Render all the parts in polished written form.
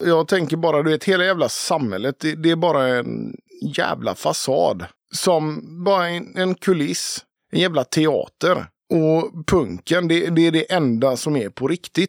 Jag tänker bara, du vet, hela jävla samhället, det är bara en jävla fasad. Som bara en kuliss, en jävla teater. Och punken, det är det enda som är på riktigt.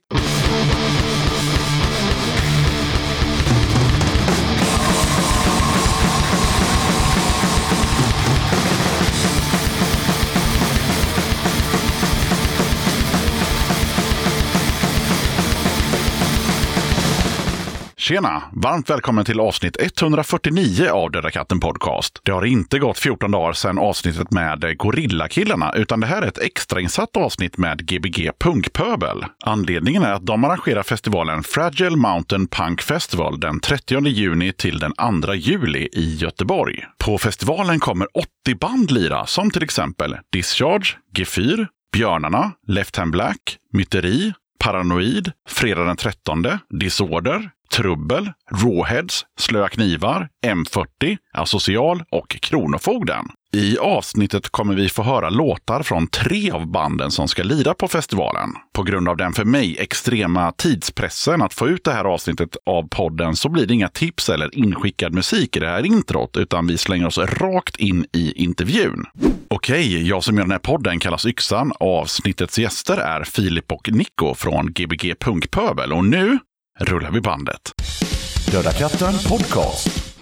Tjena! Varmt välkommen till avsnitt 149 av Döda katten podcast. Det har inte gått 14 dagar sedan avsnittet med Gorillakillarna, utan det här är ett extrainsatt avsnitt med Gbg Punkpöbel. Anledningen är att de arrangerar festivalen Fragile Mountain Punk Festival den 30 juni till den 2 juli i Göteborg. På festivalen kommer 80 band lira, som till exempel Discharge, Gefyr, Björnarna, Left Hand Black, Myteri, Paranoid, Fredag den 13, Disorder, Trubbel, Rawheads, Slöa knivar, M40, Asocial och Kronofogden. I avsnittet kommer vi få höra låtar från 3 av banden som ska lira på festivalen. På grund av den för mig extrema tidspressen att få ut det här avsnittet av podden så blir det inga tips eller inskickad musik i det här introt, utan vi slänger oss rakt in i intervjun. Okej, jag som gör den här podden kallas Yxan. Avsnittets gäster är Filip och Nico från Gbg Punkpöbel, och nu rullar vi bandet. Döda katten podcast.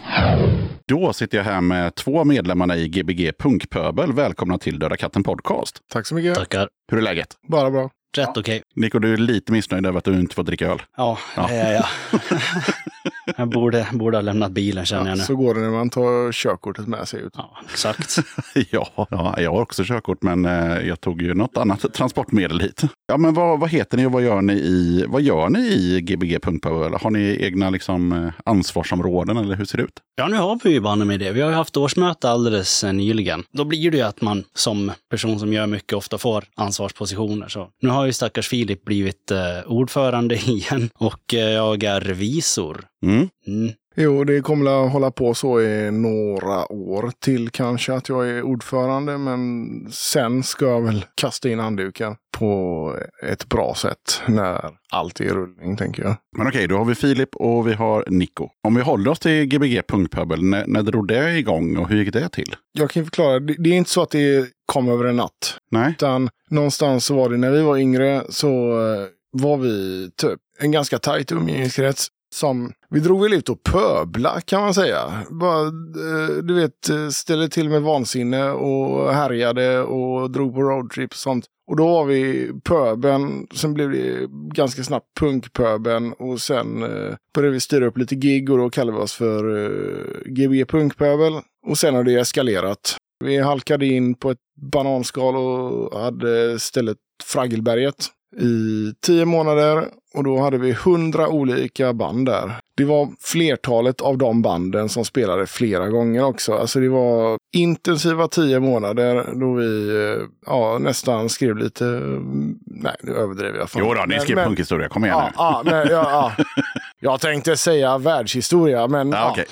Då sitter jag här med 2 medlemmarna i Gbg Punkpöbel. Välkomna till Döda katten podcast. Tack så mycket. Tackar. Hur är läget? Bara bra. Rätt okej. Nico, du är lite missnöjd över att du inte får dricka öl. Ja, det är jag. Jag borde ha lämnat bilen, känner jag nu. Så går det när man tar körkortet med sig ut. Ja, exakt. Ja, jag har också körkort, men jag tog ju något annat transportmedel hit. Ja, men vad heter ni och vad gör ni i Gbg Punkpöbel? Har ni egna liksom ansvarsområden, eller hur ser det ut? Ja, nu har vi ju banne med det. Vi har ju haft årsmöte alldeles nyligen. Då blir det ju att man som person som gör mycket ofta får ansvarspositioner. Så nu har ju stackars Filip blivit ordförande igen, och jag är revisor. Jo, det kommer att hålla på så i några år till kanske att jag är ordförande, men sen ska jag väl kasta in handduken på ett bra sätt när allt är i rullning, tänker jag. Men okej, då har vi Filip och vi har Nico. Om vi håller oss till Gbg Punkpöbel, när drog det igång och hur gick det till? Jag kan förklara, det är inte så att det kom över en natt. Nej. Utan någonstans så var det när vi var yngre, så var vi typ en ganska tajt umgängeskrets. Som vi drog väl ut och pöbla, kan man säga. Bara, du vet, ställde till med vansinne och härjade och drog på roadtrip och sånt. Och då var vi pöben, sen blev det ganska snabbt punkpöben, och sen började vi styra upp lite gig, och då kallade vi oss för Gbg Punkpöbel. Och sen har det eskalerat. Vi halkade in på ett bananskal och hade stället Fraggelberget i 10 månader, och då hade vi 100 olika band där. Det var flertalet av de banden som spelade flera gånger också. Alltså det var intensiva 10 månader då vi nästan skrev lite... Nej, nu överdrev jag. Jo då, ni skrev punkhistoria, kom igen nu. Jag tänkte säga världshistoria, men okay.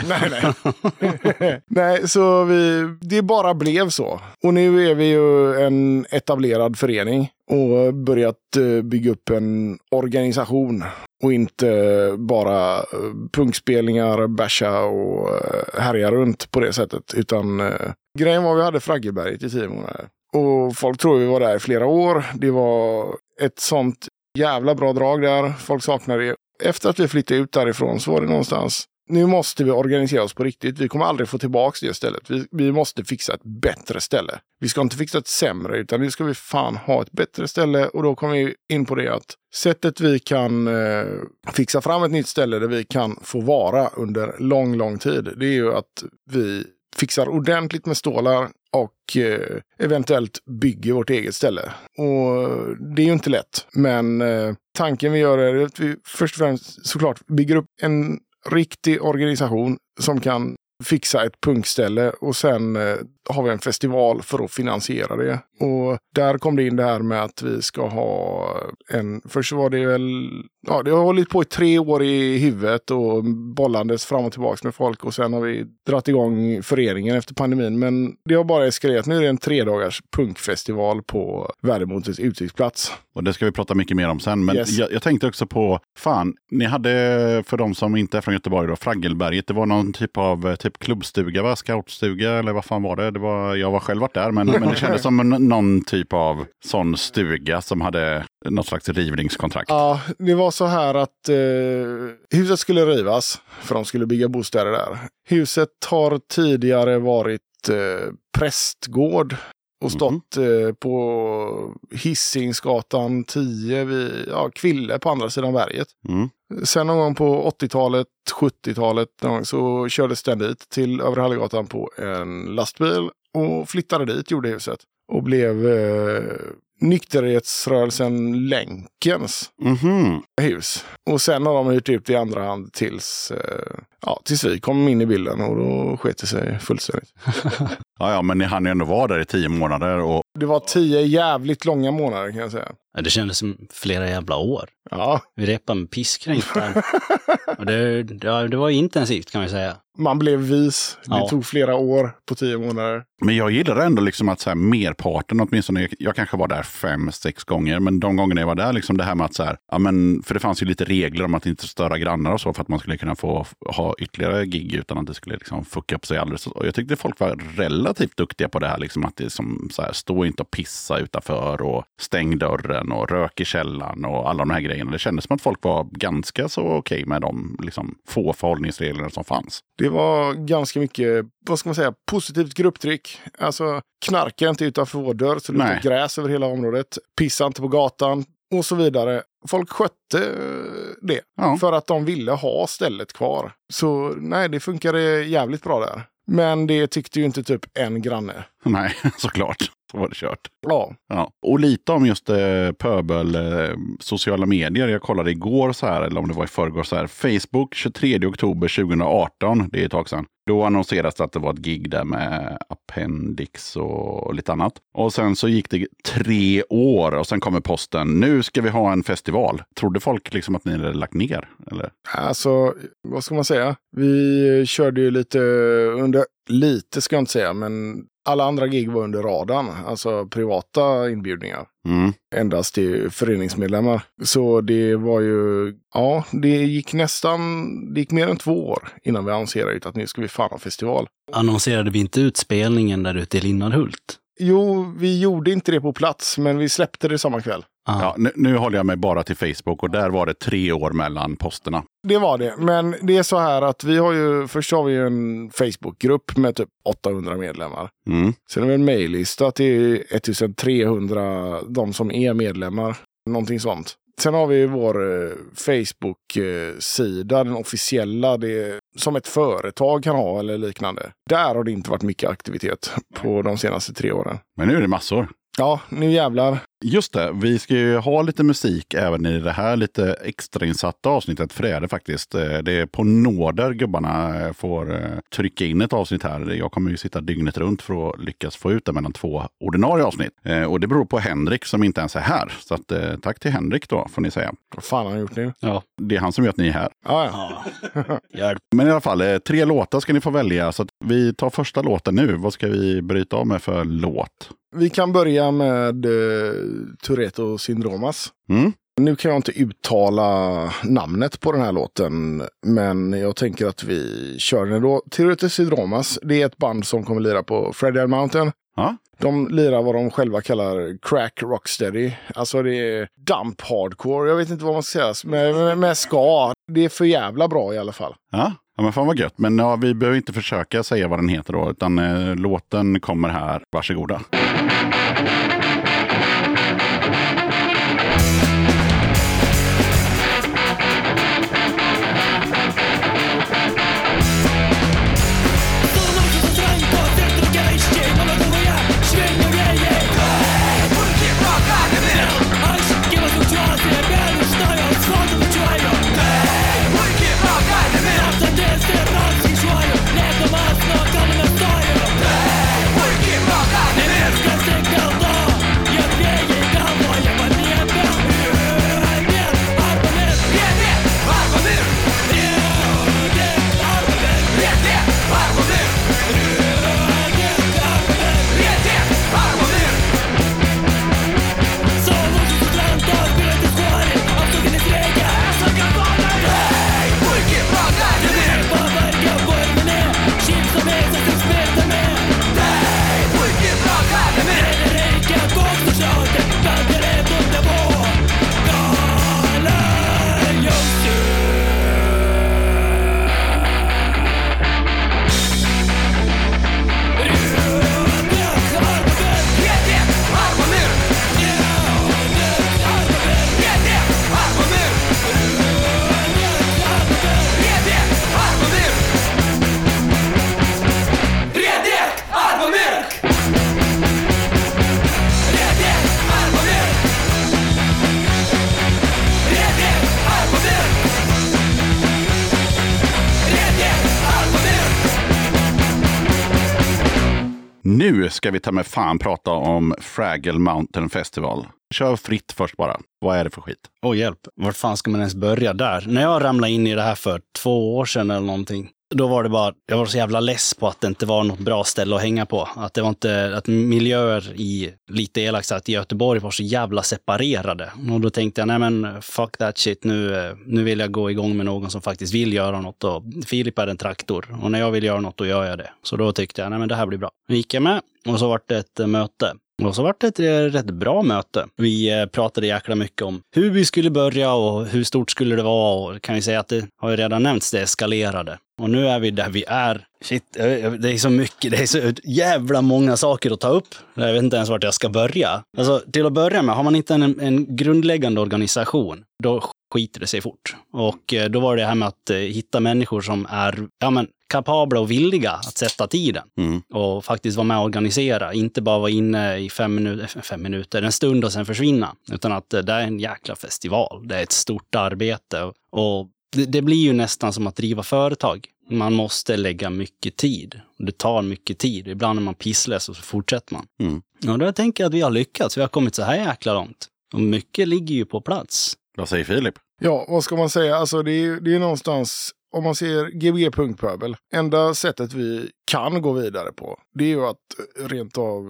Nej. Nej, så det bara blev så. Och nu är vi ju en etablerad förening och börjat bygga upp en organisation. Och inte bara punkspelningar, bärsa och härja runt på det sättet. Utan grejen var att vi hade Fraggelberget i 10 månader. Och folk tror vi var där i flera år. Det var ett sånt jävla bra drag där. Folk saknade det. Efter att vi flyttade ut därifrån så var det någonstans... Nu måste vi organisera oss på riktigt. Vi kommer aldrig få tillbaka det stället. Vi måste fixa ett bättre ställe. Vi ska inte fixa ett sämre, utan nu ska vi fan ha ett bättre ställe. Och då kommer vi in på det att sättet vi kan fixa fram ett nytt ställe där vi kan få vara under lång tid. Det är ju att vi fixar ordentligt med stålar och eventuellt bygger vårt eget ställe. Och det är ju inte lätt. Men tanken vi gör är att vi först och främst såklart bygger upp en riktig organisation som kan fixa ett punkställe, och sen har vi en festival för att finansiera det. Och där kom det in det här med att vi ska ha först var det väl, ja, det har hållit på i 3 år i huvudet och bollandes fram och tillbaka med folk, och sen har vi dratt igång föreningen efter pandemin, men det har bara eskalerat. Nu är det en 3-dagars punkfestival på Värdemotets utsiktsplats. Och det ska vi prata mycket mer om sen, men yes. jag tänkte också på, ni hade, för de som inte är från Göteborg då, Fraggelberget, det var någon typ av klubbstuga, va? Scoutstuga eller vad fan var det? Jag var själv varit där, men det kändes som någon typ av sån stuga som hade något slags rivningskontrakt. Ja, det var så här att huset skulle rivas för de skulle bygga bostäder där. Huset har tidigare varit prästgård och stått på Hisingsgatan 10 vid Kville på andra sidan berget. Mm. Sen någon gång på 80-talet, 70-talet så kördes den dit till Övre Hallegatan på en lastbil och flyttade dit, gjorde huset. Och blev nykterhetsrörelsen Länkens hus. Och sen har de hyrt ut det i andra hand tills vi kom in i bilden, och då sket det sig fullständigt. Ja, men ni hann ju ändå vara där i 10 månader. Och... Det var 10 jävligt långa månader, kan jag säga. Ja, det kändes som flera jävla år. Ja. Vi repade med piskränk där. Och det var intensivt, kan man säga. Man blev vis. Det tog flera år på 10 månader. Men jag gillar ändå liksom att så här, merparten, åtminstone jag kanske var där 5-6 gånger, men de gångerna jag var där, liksom det här med att så här, för det fanns ju lite regler om att inte störa grannar och så, för att man skulle kunna få ha ytterligare gig utan att det skulle liksom fucka upp sig alldeles. Och jag tyckte folk var relativt duktiga på det här, liksom att det som så här, stå inte och pissa utanför och stäng dörren och rök i källaren och alla de här grejerna. Det kändes som att folk var ganska så okej med de liksom få förhållningsreglerna som fanns. Det var ganska mycket, vad ska man säga, positivt grupptryck. Alltså, knarka inte utanför vår dörr så det luktar gräs över hela området. Pissa inte på gatan och så vidare. Folk skötte det för att de ville ha stället kvar. Så nej, det funkade jävligt bra där. Men det tyckte ju inte typ en granne. Nej, såklart. Så var det kört. Ja. Och lite om just pöbel, sociala medier. Jag kollade igår så här, eller om det var i förrgår så här. Facebook 23 oktober 2018, det är ett tag sedan. Då annonserades att det var ett gig där med Appendix och lite annat. Och sen så gick det 3 år och sen kommer posten. Nu ska vi ha en festival. Trodde folk liksom att ni hade lagt ner? Eller? Alltså, vad ska man säga? Vi körde ju lite ska jag inte säga, men alla andra gig var under radarn. Alltså privata inbjudningar. Endast till föreningsmedlemmar. Så det var ju, det gick mer än 2 år innan vi annonserade ut att nu ska vi fan ha festival. Annonserade vi inte ut spelningen där ute i Linnarhult? Jo, vi gjorde inte det på plats, men vi släppte det samma kväll. Ja, nu håller jag mig bara till Facebook och där var det 3 år mellan posterna. Det var det, men det är så här att först har vi en Facebookgrupp med typ 800 medlemmar. Sen har vi en mejllista till 1300 de som är medlemmar, någonting sånt. Sen har vi vår Facebook-sida, den officiella, det som ett företag kan ha eller liknande. Där har det inte varit mycket aktivitet på de senaste 3 åren. Men nu är det massor. Ja, nu jävlar. Just det, vi ska ju ha lite musik även i det här lite extrainsatta avsnittet, för det är det faktiskt. Det är på nåder gubbarna får trycka in ett avsnitt här. Jag kommer ju sitta dygnet runt för att lyckas få ut det mellan 2 ordinarie avsnitt. Och det beror på Henrik som inte ens är här. Så att, tack till Henrik då, får ni säga. Vad fan har han gjort nu? Ja. Det är han som gör att ni är här. Ja. Men i alla fall, 3 låtar ska ni få välja. Så att vi tar första låten nu. Vad ska vi bryta av med för låt? Vi kan börja med Tourette Syndromas. Nu kan jag inte uttala namnet på den här låten, men jag tänker att vi kör den då. Tourette Syndromas, det är ett band som kommer lira på Friday Mountain. De lirar vad de själva kallar crack rocksteady. Alltså det är dump hardcore, jag vet inte vad man ska säga, med ska. Det är för jävla bra i alla fall. Ja, men fan vad gött. Men vi behöver inte försöka säga vad den heter då, utan låten kommer här. Varsågoda. Work Nu ska vi ta med fan prata om Fraggle Mountain Festival. Kör fritt först bara. Vad är det för skit? Hjälp. Vart fan ska man ens börja där? När jag ramlade in i det här för 2 år sedan eller någonting, då var det bara, jag var så jävla less på att det inte var något bra ställe att hänga på. Att det var inte, att miljöer i, lite elakt sagt, i Göteborg var så jävla separerade. Och då tänkte jag, nej men fuck that shit, nu vill jag gå igång med någon som faktiskt vill göra något. Och Filip är en traktor, och när jag vill göra något, då gör jag det. Så då tyckte jag, nej men det här blir bra. Nu gick jag med, och så var det ett möte. Och så var det ett rätt bra möte. Vi pratade jäkla mycket om hur vi skulle börja och hur stort skulle det vara. Och kan vi säga att det har ju redan nämnts, det eskalerade. Och nu är vi där vi är. Shit, det är så mycket, det är så jävla många saker att ta upp. Jag vet inte ens vart jag ska börja. Alltså, till att börja med, har man inte en grundläggande organisation, då skiter det sig fort. Och då var det här med att hitta människor som är kapabla och villiga att sätta tiden. Och faktiskt vara med och organisera. Inte bara vara inne i 5 minuter, en stund och sen försvinna. Utan att det är en jäkla festival. Det är ett stort arbete. Och det blir ju nästan som att driva företag. Man måste lägga mycket tid. Det tar mycket tid. Ibland är man pisslös och så fortsätter man. Och då tänker jag att vi har lyckats. Vi har kommit så här jäkla långt. Och mycket ligger ju på plats. Vad säger Filip? Ja, vad ska man säga? Alltså det är någonstans, om man ser gbg.pöbel, enda sättet vi kan gå vidare på, det är ju att rent av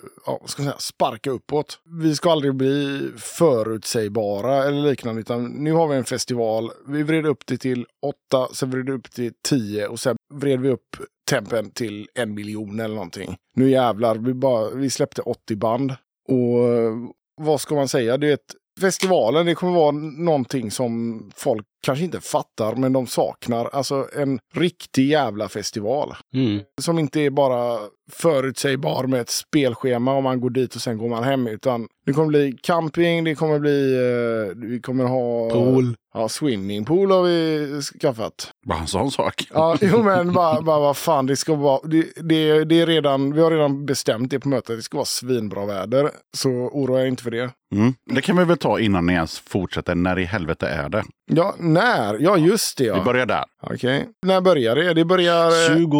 sparka uppåt. Vi ska aldrig bli förutsägbara eller liknande, utan nu har vi en festival. Vi vred upp det till 8, sen vred vi upp till 10 och sen vred vi upp tempen till 1 miljon eller någonting. Nu jävlar, vi släppte 80 band. Och vad ska man säga? Det är festivalen, det kommer vara någonting som folk kanske inte fattar, men de saknar. Alltså en riktig jävla festival. Som inte är bara förutsägbar med ett spelschema och man går dit och sen går man hem, utan det kommer bli camping, det kommer bli, vi kommer ha pool. Ja, swimmingpool har vi skaffat. Bara en sån sak. Ja, jo men bara vad fan, det ska vara, det är redan, vi har redan bestämt det på mötet, det ska vara svinbra väder, så oroa er inte för det. Det kan vi väl ta innan ni ens fortsätter, när i helvete är det? Ja, när? Ja, just det. Ja. Vi börjar där. Okej. När börjar det? Det börjar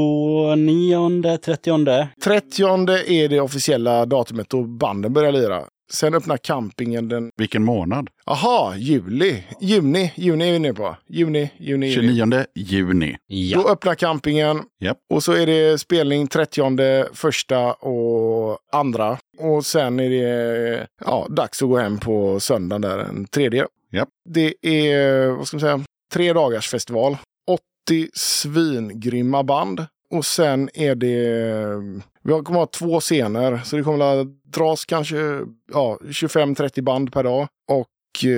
29, 30. 30 är det officiella datumet då banden börjar lira. Sen öppnar campingen den... Vilken månad? Aha, juni är vi nu på. Juni. 29 juni. Ja. Då öppnar campingen. Yep. Och så är det spelning 30, 1 och 2. Och sen är det dags att gå hem på söndagen där, den 3. Yep. Det är, vad ska man säga, 3 dagars festival. 80 svingrymma band. Och sen är det... Vi kommer att ha 2 scener, så det kommer att dras kanske 25-30 band per dag. Och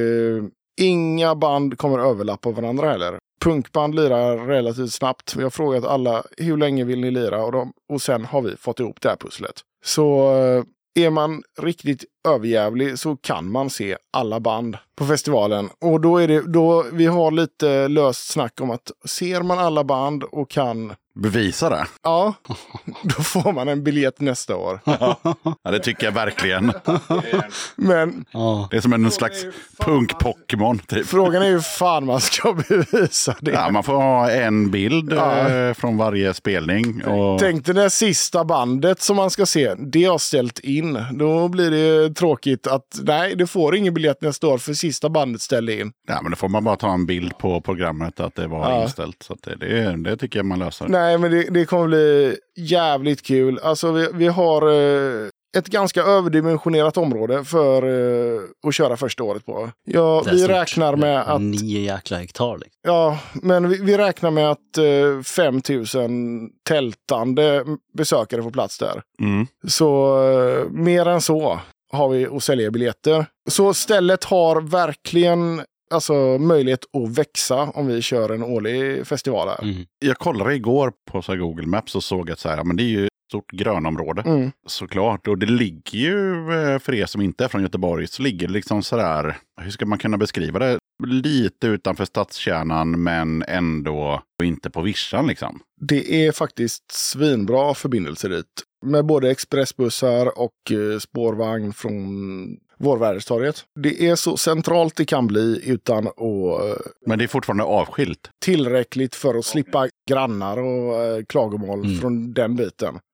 inga band kommer överlappa varandra heller. Punkband lirar relativt snabbt. Vi har frågat alla, hur länge vill ni lira? Och sen har vi fått ihop det här pusslet. Så är man riktigt överjävlig så kan man se alla band på festivalen. Och då vi har lite löst snack om att ser man alla band och kan bevisa det. Ja, då får man en biljett nästa år. Ja, det tycker jag verkligen. Men det är som en slags punk-Pokémon typ. Frågan är hur fan man ska bevisa det. Ja, man får ha en bild från varje spelning. Och... Tänk dig det sista bandet som man ska se. Det har ställt in. Då blir det tråkigt att nej, det får ingen biljett nästa år för sista bandet ställer in. Ja, men då får man bara ta en bild på programmet att det var inställt. Så att det tycker jag man löser. Nej, men det kommer bli jävligt kul. Alltså vi har ett ganska överdimensionerat område för att köra första året på. Ja, vi räknar med att... 9 jäkla hektar. Liksom. Ja, men vi räknar med att 5000 tältande besökare på plats där. Så mer än så har vi att sälja biljetter. Så stället har verkligen möjlighet att växa om vi kör en årlig festival här. Jag kollade igår på Google Maps och såg att men det är ju ett stort grönområde. Såklart. Och det ligger ju, för er som inte är från Göteborg, så ligger det liksom sådär, hur ska man kunna beskriva det? Lite utanför stadskärnan men ändå inte på vischan liksom. Det är faktiskt svinbra förbindelser dit. Med både expressbussar och spårvagn från Vårväderstorget. Det är så centralt det kan bli utan att... Men det är fortfarande avskilt. Tillräckligt för att slippa grannar och klagomål från den biten. Ja.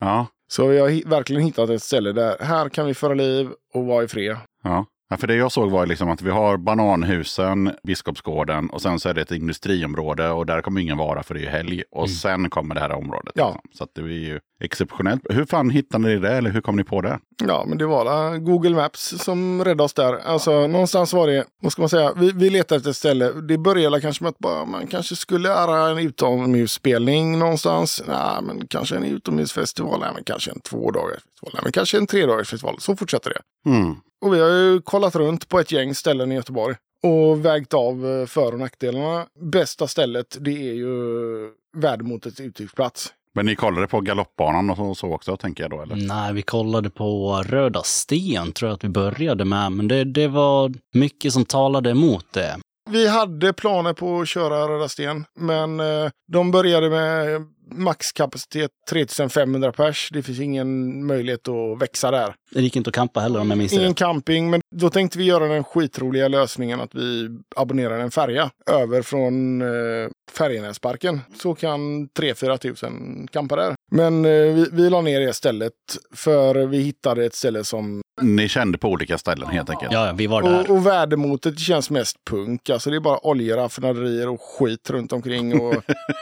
Så vi har verkligen hittat ett ställe där här kan vi föra liv och vara i fred. Ja, för det jag såg var liksom att vi har Bananhusen, Biskopsgården och sen så är det ett industriområde och där kommer ingen vara för det är ju helg. Och sen kommer det här området. Ja. Liksom. Så att det är ju exceptionellt. Hur fan hittade ni det eller hur kom ni på det? Ja, men det var Google Maps som räddade oss där. Alltså någonstans var det, vad ska man säga, vi letade efter ett ställe. Det började kanske med att man kanske skulle göra en utomhusspelning någonstans. Nej, men kanske en utomhusfestival. Nej, men kanske en 2-dagarsfestival. Nej, men kanske en 3-dagarsfestival. Så fortsätter det. Och vi har ju kollat runt på ett gäng ställen i Göteborg och vägt av för- och nackdelarna. Bästa stället, det är ju värdmotets utkiksplats. Men ni kollade på galoppbanan och så också, tänker jag då, eller? Nej, vi kollade på Röda Sten, tror jag att vi började med. Men det var mycket som talade emot det. Vi hade planer på att köra Röda Sten, men de började med maxkapacitet 3500 pers. Det finns ingen möjlighet att växa där. Det gick inte att campa heller om jag minns det. Ingen camping, men då tänkte vi göra den skitroliga lösningen att vi abonnerar en färja över från Färjenäsparken. Så kan 3-4 tusen campa där. Men vi la ner det stället för vi hittade ett ställe som... Ni kände på olika ställen helt enkelt. Ja, vi var där. Och värdemotet känns mest punk. Alltså det är bara oljeraffinaderier och skit runt omkring. Och,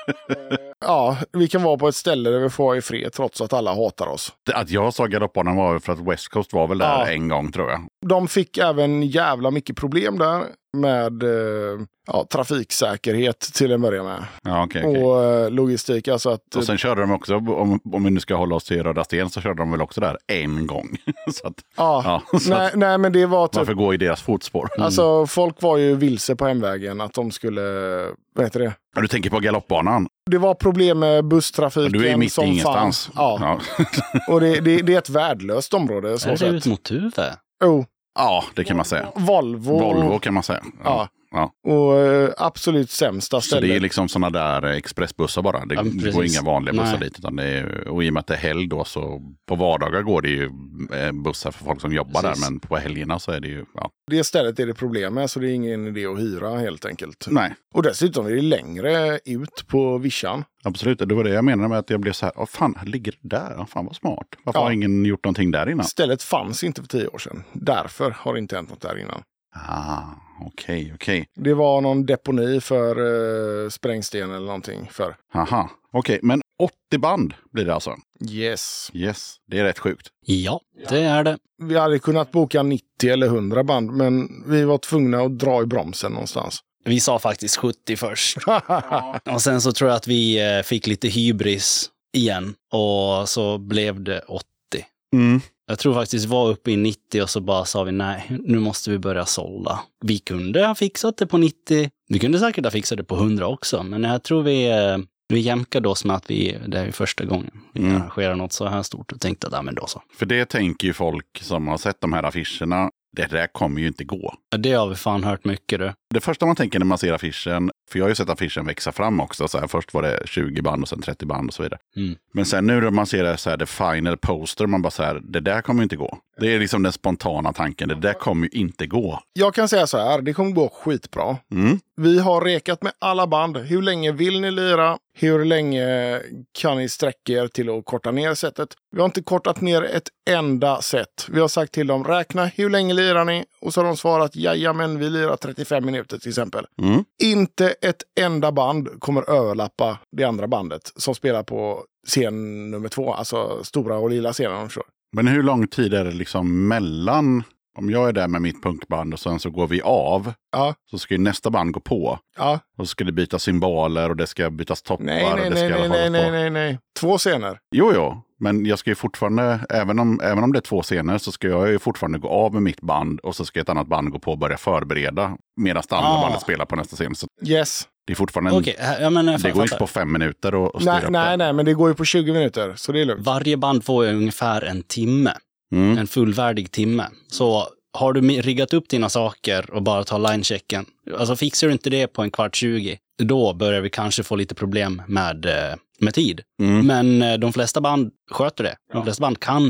ja, vi kan vara på ett ställe där vi får vara i fred trots att alla hatar oss. Att jag sa galoppbanan var för att West Coast var väl där en gång, tror jag. De fick även jävla mycket problem där med trafiksäkerhet till en början med. Ja, okay. Och logistik. Alltså att, och sen körde de också, om vi nu ska hålla oss till Röda Sten, så körde de väl också där en gång. Så att, nej, men det var typ... Varför gå i deras fotspår? Alltså, folk var ju vilse på hemvägen att de skulle... Vad heter det? Ja, du tänker på galoppbanan? Det var problem med busstrafiken. Du är mitt i ingenstans. Ja. Och det är ett värdelöst område. Så är det ut mot Tuve? Oh. Ja, det kan man säga. Volvo kan man säga. Ja. Och absolut sämsta stället. Så det är liksom sådana där expressbussar bara. Det går inga vanliga bussar dit. Utan det är, och i och med att det är helg då, så på vardagar går det ju bussar för folk som jobbar där. Men på helgerna så är det ju... Ja. Det stället är det problem med, så det är ingen idé att hyra helt enkelt. Nej. Och dessutom är det längre ut på vischan. Absolut, det var det jag menade med att jag blev så här, fan, ligger det där? Fan vad smart. Varför har ingen gjort någonting där innan? Stället fanns inte för 10 år sedan. Därför har det inte hänt något där innan. Okej. Det var någon deponi för sprängsten eller någonting för. Okej, men 80 band blir det alltså? Yes, det är rätt sjukt. Ja, det är det. Vi hade kunnat boka 90 eller 100 band, men vi var tvungna att dra i bromsen någonstans. Vi sa faktiskt 70 först. Och sen så tror jag att vi fick lite hybris igen. Och så blev det 80. Jag tror faktiskt vi var uppe i 90 och så bara sa vi nej, nu måste vi börja sålla. Vi kunde ha fixat det på 90. Vi kunde säkert ha fixat det på 100 också. Men jag tror vi jämkade oss med att det är första gången vi arrangerar något så här stort och tänkte att men då så. För det tänker ju folk som har sett de här affischerna, det där kommer ju inte gå. Det har vi fan hört mycket du. Det första man tänker när man ser affischen, för jag har ju sett affischen växa fram också. Så här, först var det 20 band och sen 30 band och så vidare. Men sen nu när man ser det så här, the final poster, man bara så här, det där kommer ju inte gå. Det är liksom den spontana tanken, det där kommer ju inte gå. Jag kan säga så här, det kommer gå skitbra. Vi har rekat med alla band. Hur länge vill ni lira? Hur länge kan ni sträcka er till att korta ner sättet? Vi har inte kortat ner ett enda sätt. Vi har sagt till dem, räkna hur länge lirar ni? Och så har de svarat, men vi lirar 35 minuter till exempel. Inte ett enda band kommer överlappa det andra bandet som spelar på scen nummer 2. Alltså stora och lilla scenen de kör. Men hur lång tid är det liksom mellan... Om jag är där med mitt punkband och sen så går vi av, så ska ju nästa band gå på. Ja. Och så ska det bytas symboler och det ska bytas toppar. Nej. 2 scener. Jo. Men jag ska ju fortfarande, även om det är 2 scener, så ska jag ju fortfarande gå av med mitt band och så ska ett annat band gå på och börja förbereda medan det andra bandet spelar på nästa scen. Så yes. Det är fortfarande det går inte på 5 minuter och styra upp. Nej, men det går ju på 20 minuter, så det är lugnt. Varje band får ju ungefär en timme. En fullvärdig timme. Så har du riggat upp dina saker och bara tar linechecken, alltså fixar du inte det på 15:20, då börjar vi kanske få lite problem med tid. Men de flesta band sköter det. De flesta band kan det.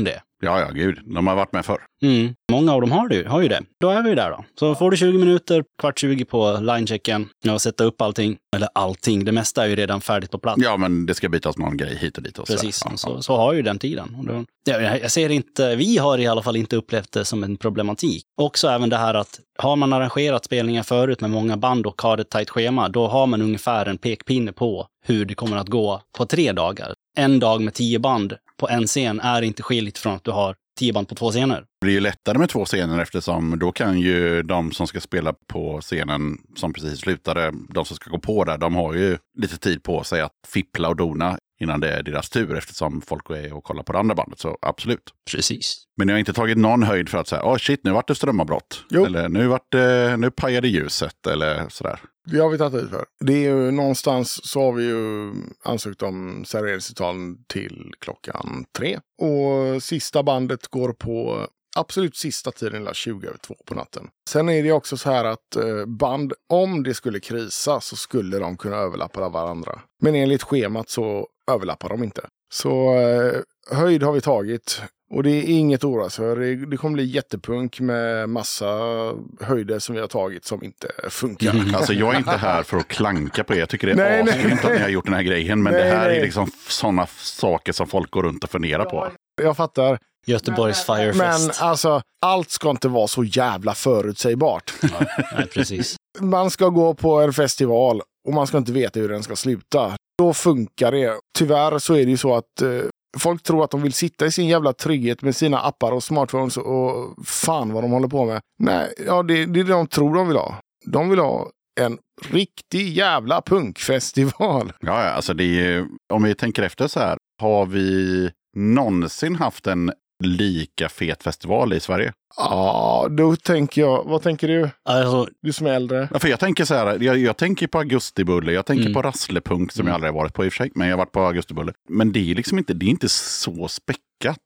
Ja, gud. De har varit med förr. Många av dem har ju det. Då är vi ju där då. Så får du 20 minuter, 15:15 på linechecken. Och sätta upp allting. Eller allting. Det mesta är ju redan färdigt på plats. Ja, men det ska bytas någon grej hit och dit. Och precis. Ja. Så har ju den tiden. Och då, jag ser inte, vi har i alla fall inte upplevt det som en problematik. Också även det här att har man arrangerat spelningar förut med många band och har ett tajt schema, då har man ungefär en pekpinne på hur det kommer att gå på 3 dagar. En dag med 10 band på en scen är inte skilt från att du har 10 band på 2 scener. Det är ju lättare med 2 scener eftersom då kan ju de som ska spela på scenen som precis slutade, de som ska gå på där, de har ju lite tid på sig att fippla och dona innan det är deras tur eftersom folk är och kollar på det andra bandet. Så absolut. Precis. Men jag har inte tagit någon höjd för att säga, shit, nu vart det strömavbrott. Jo. Eller nu pajade ljuset eller sådär. Det har vi tagit ut för. Det är ju någonstans så har vi ju ansökt om serveringstillstånd till 3:00. Och sista bandet går på absolut sista tiden, eller 20:02 på natten. Sen är det också så här att band, om det skulle krisa så skulle de kunna överlappa varandra. Men enligt schemat så överlappar de inte. Så höjd har vi tagit. Och det är inget oroa sig för. Det kommer bli jättepunk med massa höjder som vi har tagit som inte funkar. Alltså jag är inte här för att klanka på er. Jag tycker det är asgrymt att ni har gjort den här grejen. Men det här är liksom sådana saker som folk går runt och funderar på. Jag fattar. Göteborgs Firefest. Men alltså, allt ska inte vara så jävla förutsägbart. Nej, precis. Man ska gå på en festival och man ska inte veta hur den ska sluta. Då funkar det. Tyvärr så är det ju så att folk tror att de vill sitta i sin jävla trygghet med sina appar och smartphones och fan vad de håller på med. Nej, ja, det är det de tror de vill ha. De vill ha en riktig jävla punkfestival. Ja, alltså det är ju, om vi tänker efter så här, har vi någonsin haft en lika fet festival i Sverige? Ja, då tänker jag, vad tänker du? Alltså, Du som är äldre. Ja, för jag tänker så här, jag tänker på Augustibulle, jag tänker på Rasslepunk som jag aldrig har varit på i och för sig, men jag har varit på Augustibulle. Men det är liksom inte, det är inte så späckat.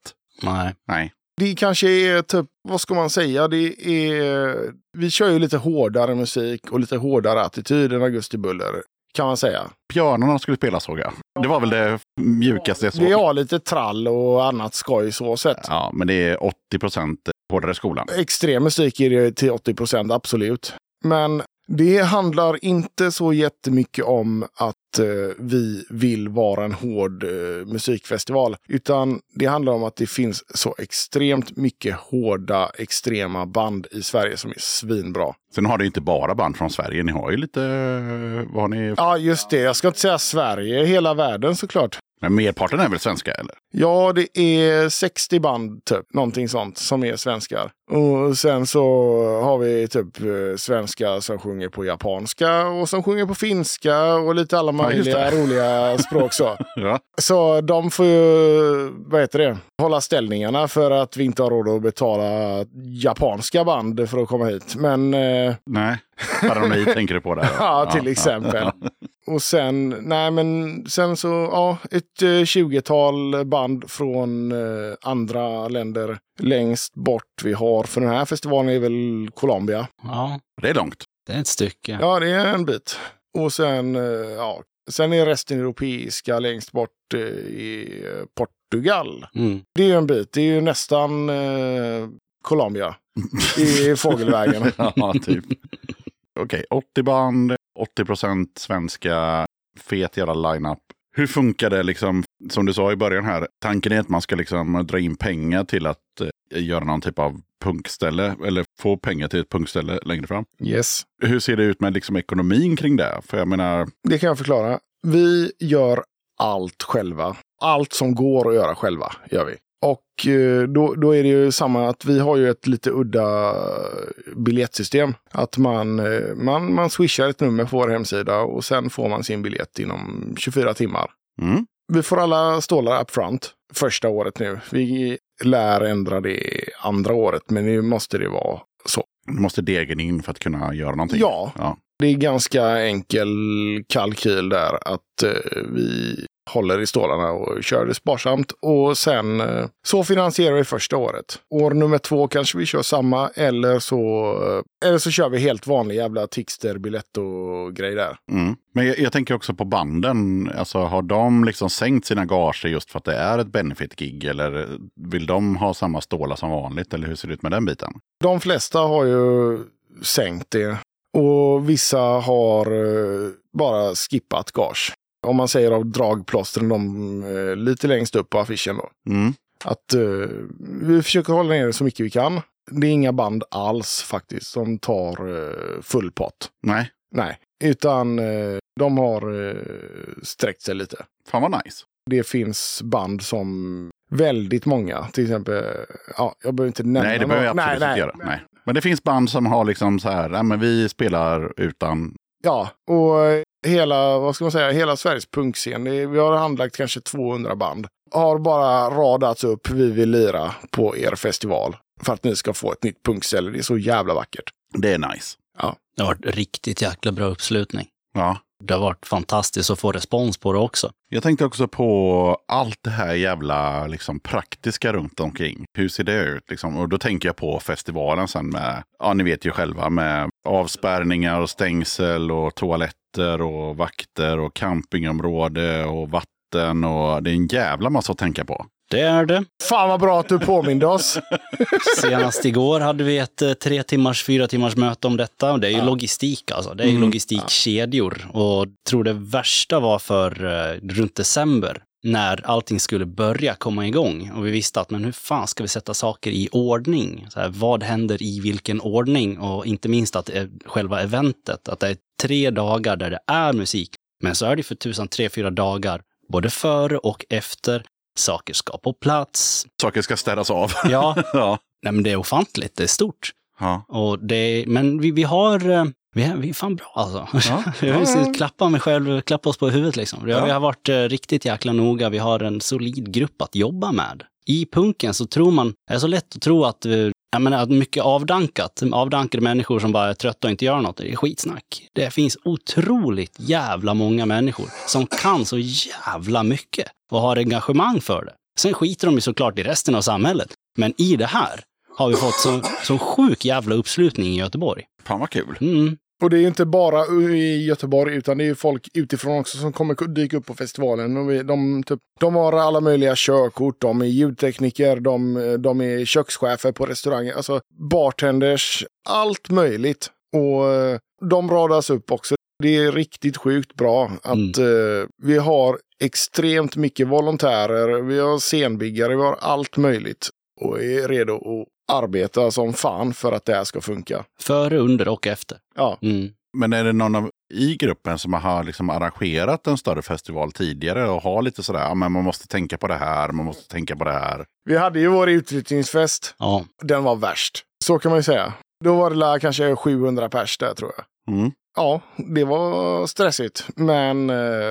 Nej. Det kanske är typ, vad ska man säga, vi kör ju lite hårdare musik och lite hårdare attityd än Augustibuller, kan man säga. Björnarna skulle spela, såg jag. Det var väl det mjukaste jag såg. Vi har lite trall och annat skoj så sett. Ja, men det är 80% hårdare skolan. Extrem musik är det till 80%, absolut. Men det handlar inte så jättemycket om att vi vill vara en hård musikfestival. Utan det handlar om att det finns så extremt mycket hårda, extrema band i Sverige som är svinbra. Sen har det inte bara band från Sverige. Ni har ju lite... Vad har ni? Ja, just det. Jag ska inte säga Sverige, hela världen såklart. Men merparten är väl svenska, eller? Ja, det är 60 band typ, någonting sånt, som är svenskar. Och sen så har vi typ svenskar som sjunger på japanska och som sjunger på finska och lite alla möjliga roliga språk så. Ja. Så de får ju, hålla ställningarna för att vi inte har råd att betala japanska band för att komma hit. Men... Nej, paranoid tänker du på där. Ja, till exempel. Och sen så, ja, ett 20-tal band från andra länder. Längst bort vi har för den här festivalen är väl Colombia. Ja, det är långt. Det är ett stycke. Ja, det är en bit. Och sen, sen är resten europeiska längst bort i Portugal. Det är en bit. Det är ju nästan Colombia i fågelvägen. Ja, typ. Okej, 80 band, 80% svenska, fet jävla line-up. Hur funkar det liksom, som du sa i början här, tanken är att man ska liksom dra in pengar till att göra någon typ av punkställe, eller få pengar till ett punkställe längre fram. Yes. Hur ser det ut med liksom ekonomin kring det? För jag menar... Det kan jag förklara. Vi gör allt själva. Allt som går att göra själva gör vi. Och då är det ju samma att vi har ju ett lite udda biljettsystem. Att man swishar ett nummer på vår hemsida och sen får man sin biljett inom 24 timmar. Vi får alla stålar up front första året nu. Vi lär ändra det andra året, men nu måste det vara så. Du måste degen in för att kunna göra någonting. Ja. Det är ganska enkel kalkyl där att vi håller i stålarna och kör det sparsamt. Och sen så finansierar vi första året. År nummer 2 kanske vi kör samma eller så kör vi helt vanlig jävla Tixter, biljett och grej där. Mm. Men jag tänker också på banden. Alltså, har de liksom sänkt sina gager just för att det är ett benefit-gig? Eller vill de ha samma stålar som vanligt? Eller hur ser det ut med den biten? De flesta har ju sänkt det. Och vissa har bara skippat gage. Om man säger av dragplåstren, de lite längst upp på affischen då. Mm. Att vi försöker hålla ner det så mycket vi kan. Det är inga band alls faktiskt som tar full pott. Nej, utan de har sträckt sig lite. Fan vad nice. Det finns band som väldigt många, till exempel, ja, jag behöver inte nämna. Nej, det behöver jag absolut inte göra. Nej. Men det finns band som har liksom så här, nej men vi spelar utan... Ja, och hela Sveriges punkscen, vi har handlagt kanske 200 band. Har bara radats upp, vi vill lira på er festival för att ni ska få ett nytt punkställe. Det är så jävla vackert. Det är nice. Ja. Det har varit riktigt jäkla bra uppslutning. Ja. Det har varit fantastiskt att få respons på det också. Jag tänkte också på allt det här jävla liksom, praktiska runt omkring. Hur ser det ut? Liksom? Och då tänker jag på festivalen sen med, ja ni vet ju själva, med avspärrningar och stängsel och toaletter och vakter och campingområde och vatten. Och det är en jävla massa att tänka på. Det är det. Fan vad bra att du påminde oss. Senast igår hade vi ett 4 timmars möte om detta. Och det är ju logistik alltså. Det är ju logistikkedjor. Och jag tror det värsta var för runt december. När allting skulle börja komma igång. Och vi visste att men hur fan ska vi sätta saker i ordning? Så här, vad händer i vilken ordning? Och inte minst att själva eventet. Att det är 3 dagar där det är musik. Men så är det för 3-4 dagar. Både före och efter. Saker ska på plats. Saker ska städas av. Ja. Ja. Nej, men det är ofantligt. Det är stort. Ja. Och men vi är fan bra alltså. Ja. Jag vill klappa mig själv, klappa oss på huvudet liksom. Vi har varit riktigt jäkla noga. Vi har en solid grupp att jobba med. I punken så tror man, det är så lätt att tro att mycket avdankade människor som bara är trötta och inte gör något. Det är skitsnack. Det finns otroligt jävla många människor som kan så jävla mycket och har engagemang för det. Sen skiter de ju såklart i resten av samhället. Men i det här har vi fått så sjuk jävla uppslutning i Göteborg. Fan vad kul. Mm. Och det är ju inte bara i Göteborg utan det är ju folk utifrån också som kommer dyka upp på festivalen. Och de har alla möjliga körkort, de är ljudtekniker, de är kökschefer på restauranger, alltså bartenders, allt möjligt. Och de radas upp också. Det är riktigt sjukt bra att vi har extremt mycket volontärer, vi har scenbyggare, vi har allt möjligt och är redo att arbeta som fan för att det här ska funka. Före, under och efter. Ja. Mm. Men är det någon i gruppen som har liksom arrangerat en större festival tidigare och har lite sådär, ja men man måste tänka på det här, man måste tänka på det här. Vi hade ju vår utflyttningsfest. Ja. Den var värst. Så kan man ju säga. Då var det kanske 700 pers där tror jag. Mm. Ja, det var stressigt. Men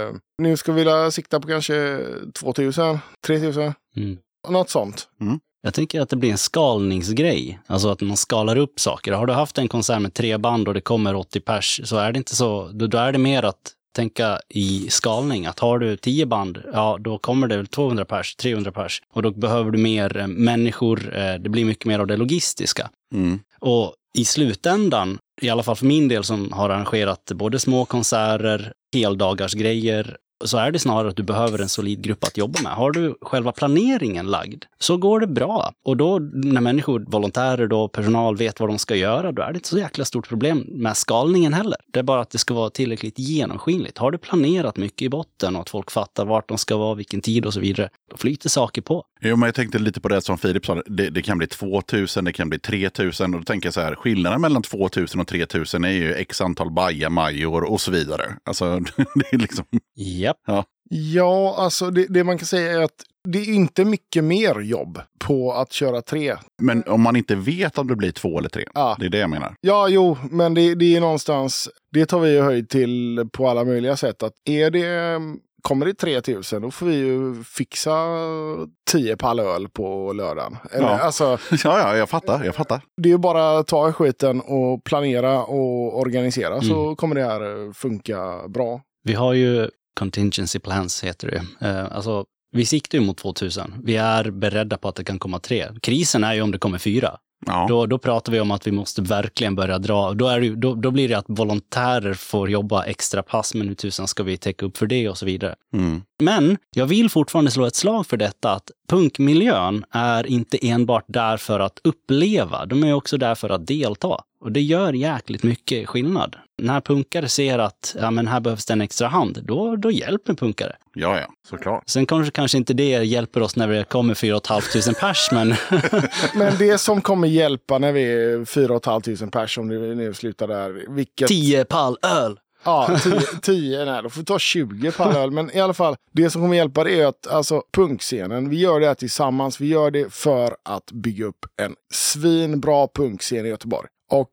nu ska vi sikta på kanske 2000, 3000. Något sånt. Mm. Jag tänker att det blir en skalningsgrej. Alltså att man skalar upp saker. Har du haft en konsert med 3 band och det kommer 80 pers så är det inte så. Då är det mer att tänka i skalning. Att har du 10 band, ja då kommer det 200 pers, 300 pers. Och då behöver du mer människor. Det blir mycket mer av det logistiska. Mm. Och i slutändan, i alla fall för min del som har arrangerat både små konserter, heldagarsgrejer, så är det snarare att du behöver en solid grupp att jobba med. Har du själva planeringen lagd så går det bra. Och då när människor, volontärer då, personal vet vad de ska göra, då är det inte så jäkla stort problem med skalningen heller. Det är bara att det ska vara tillräckligt genomskinligt. Har du planerat mycket i botten och att folk fattar vart de ska vara, vilken tid och så vidare, då flyter saker på. Jo, men jag tänkte lite på det som Filip sa. Det kan bli 2000, det kan bli 3000. Och då tänker jag så här, skillnaden mellan 2000 och 3000 är ju x antal bajamajor och så vidare. Alltså, det är liksom... Japp. Ja, alltså det man kan säga är att det är inte mycket mer jobb på att köra 3. Men om man inte vet om det blir 2 eller 3, det är det jag menar. Ja, jo, men det är någonstans, det tar vi ju höjd till på alla möjliga sätt. Att kommer det 3000, då får vi ju fixa 10 pall öl på lördagen. Eller, ja. Alltså, ja, jag fattar. Det är ju bara att ta skiten och planera och organisera så kommer det här funka bra. Vi har ju contingency plans heter det. Alltså, vi siktar ju mot 2000. Vi är beredda på att det kan komma 3. Krisen är ju om det kommer 4. Ja. Då pratar vi om att vi måste verkligen börja dra. Då blir det att volontärer får jobba extra pass, men hur tusan ska vi täcka upp för det och så vidare. Men jag vill fortfarande slå ett slag för detta att punkmiljön är inte enbart där för att uppleva. De är också där för att delta. Och det gör jäkligt mycket skillnad. När punkare ser att men här behövs det en extra hand, då hjälper punkare. Ja, såklart. Sen kanske inte det hjälper oss när vi kommer 4 500 pers, men... Men det som kommer hjälpa när vi är 4 500 pers, om det nu slutar där, vilket... 10 pall öl! Ja, 10, nej, då får vi ta 20 pall öl. Men i alla fall, det som kommer hjälpa det är att alltså, punkscenen, vi gör det här tillsammans. Vi gör det för att bygga upp en svinbra punkscen i Göteborg. Och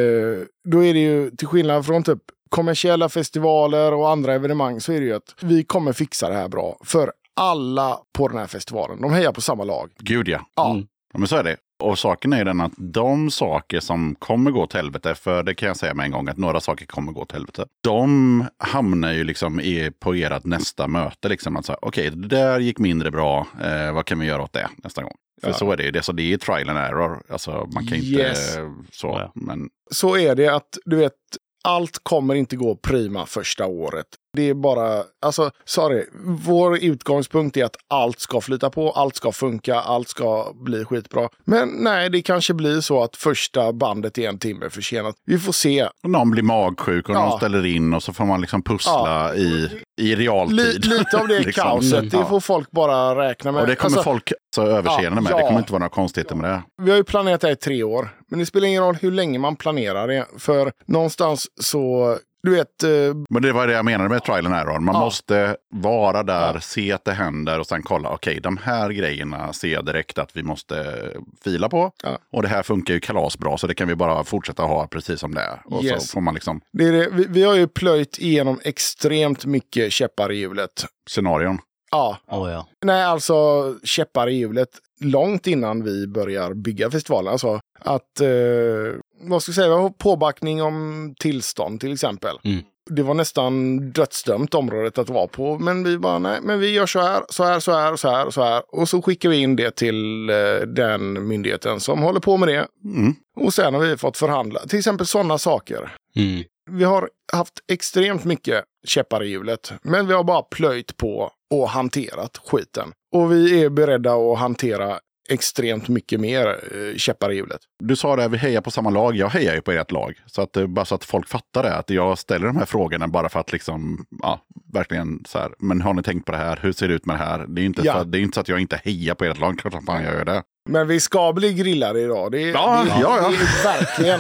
då är det ju, till skillnad från typ kommersiella festivaler och andra evenemang, så är det ju att vi kommer fixa det här bra. För alla på den här festivalen, de hejar på samma lag. Gud ja. Ja. Ja, men så är det. Och saken är den att de saker som kommer gå till helvete, för det kan jag säga med en gång att några saker kommer gå till helvete, de hamnar ju liksom på ert nästa möte. Liksom, att säga, okej, det där gick mindre bra, vad kan vi göra åt det nästa gång? För så är det ju. Det är trial and error. Alltså, man kan inte... Så, ja. Men... Så är det att, du vet, allt kommer inte gå prima första året. Det är bara, alltså, vår utgångspunkt är att allt ska flyta på, allt ska funka, allt ska bli skitbra. Men nej, det kanske blir så att första bandet är 1 timme försenat. Vi får se. Och någon blir magsjuk och någon ställer in och så får man liksom pussla i realtid. Lite av det liksom. Kaoset, det får folk bara räkna med. Och det kommer folk så överseende med. Det kommer inte vara några konstigheter med det. Vi har ju planerat det här i 3 år. Men det spelar ingen roll hur länge man planerar det. För någonstans så... Du vet... Men det var det jag menade med trial and error. Man måste vara där, se att det händer och sen kolla, okej, de här grejerna ser jag direkt att vi måste fila på. Ja. Och det här funkar ju kalasbra, så det kan vi bara fortsätta ha precis som det är. Och så får man liksom... Vi har ju plöjt igenom extremt mycket käppar i hjulet. Scenarion. Ja. Ja. Nej, alltså käppar i hjulet långt innan vi börjar bygga festivalen. Alltså att, vad ska jag säga, påbackning om tillstånd till exempel. Det var nästan dödsdömt området att vara på. Men vi bara, nej, men vi gör så här. Och så skickar vi in det till den myndigheten som håller på med det. Och sen har vi fått förhandla. Till exempel sådana saker. Vi har haft extremt mycket käppar i hjulet. Men vi har bara plöjt på och hanterat skiten. Och vi är beredda att hantera extremt mycket mer käppar i hjulet. Du sa det, vi hejar på samma lag. Jag hejar ju på ert lag. Så att, bara så att folk fattar det. Att jag ställer de här frågorna bara för att liksom, verkligen så här. Men har ni tänkt på det här? Hur ser det ut med det här? Det är inte, det är inte så att jag inte hejar på ert lag. Klart att fan jag gör det. Men vi ska bli grillade idag. Det är verkligen.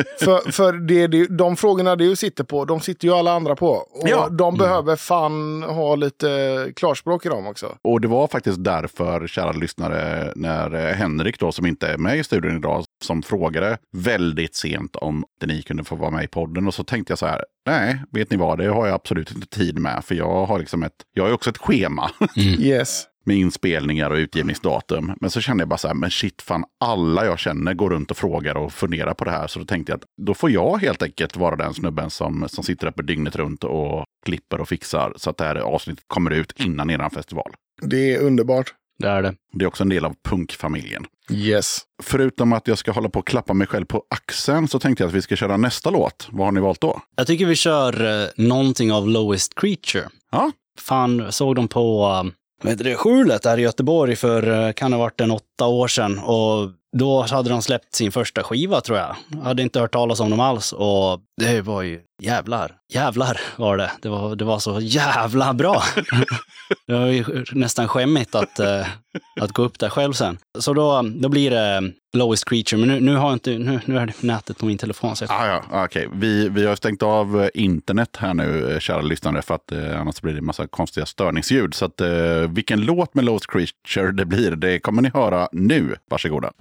för de frågorna du sitter på, de sitter ju alla andra på. Och de behöver fan ha lite klarspråk i dem också. Och det var faktiskt därför, kära lyssnare, när Henrik då, som inte är med i studion idag, som frågade väldigt sent om ni kunde få vara med i podden. Och så tänkte jag så här, nej, vet ni vad, det har jag absolut inte tid med. För jag har liksom jag har också ett schema. Yes. Med inspelningar och utgivningsdatum. Men så kände jag bara så här, men shit fan, alla jag känner går runt och frågar och funderar på det här. Så då tänkte jag att då får jag helt enkelt vara den snubben som sitter uppe dygnet runt och klipper och fixar. Så att det här avsnittet kommer ut innan eran festival. Det är underbart. Det är det. Det är också en del av punkfamiljen. Yes. Förutom att jag ska hålla på och klappa mig själv på axeln så tänkte jag att vi ska köra nästa låt. Vad har ni valt då? Jag tycker vi kör någonting av Lowest Creature. Ja. Fan, såg de på... Skjulet där i Göteborg för kan det ha varit 8 år sedan, och då hade de släppt sin första skiva, tror jag. Jag hade inte hört talas om dem alls, och det var ju jävlar var det. Det var så jävla bra. Det var ju nästan skämmigt att gå upp där själv sen. Så då blir det Lowest Creature, men nu är det nätet på min telefon. Så okej. Vi har stängt av internet här nu, kära lyssnare, för att annars blir det en massa konstiga störningsljud. Så att vilken låt med Lowest Creature det blir, det kommer ni höra nu. Varsågoda.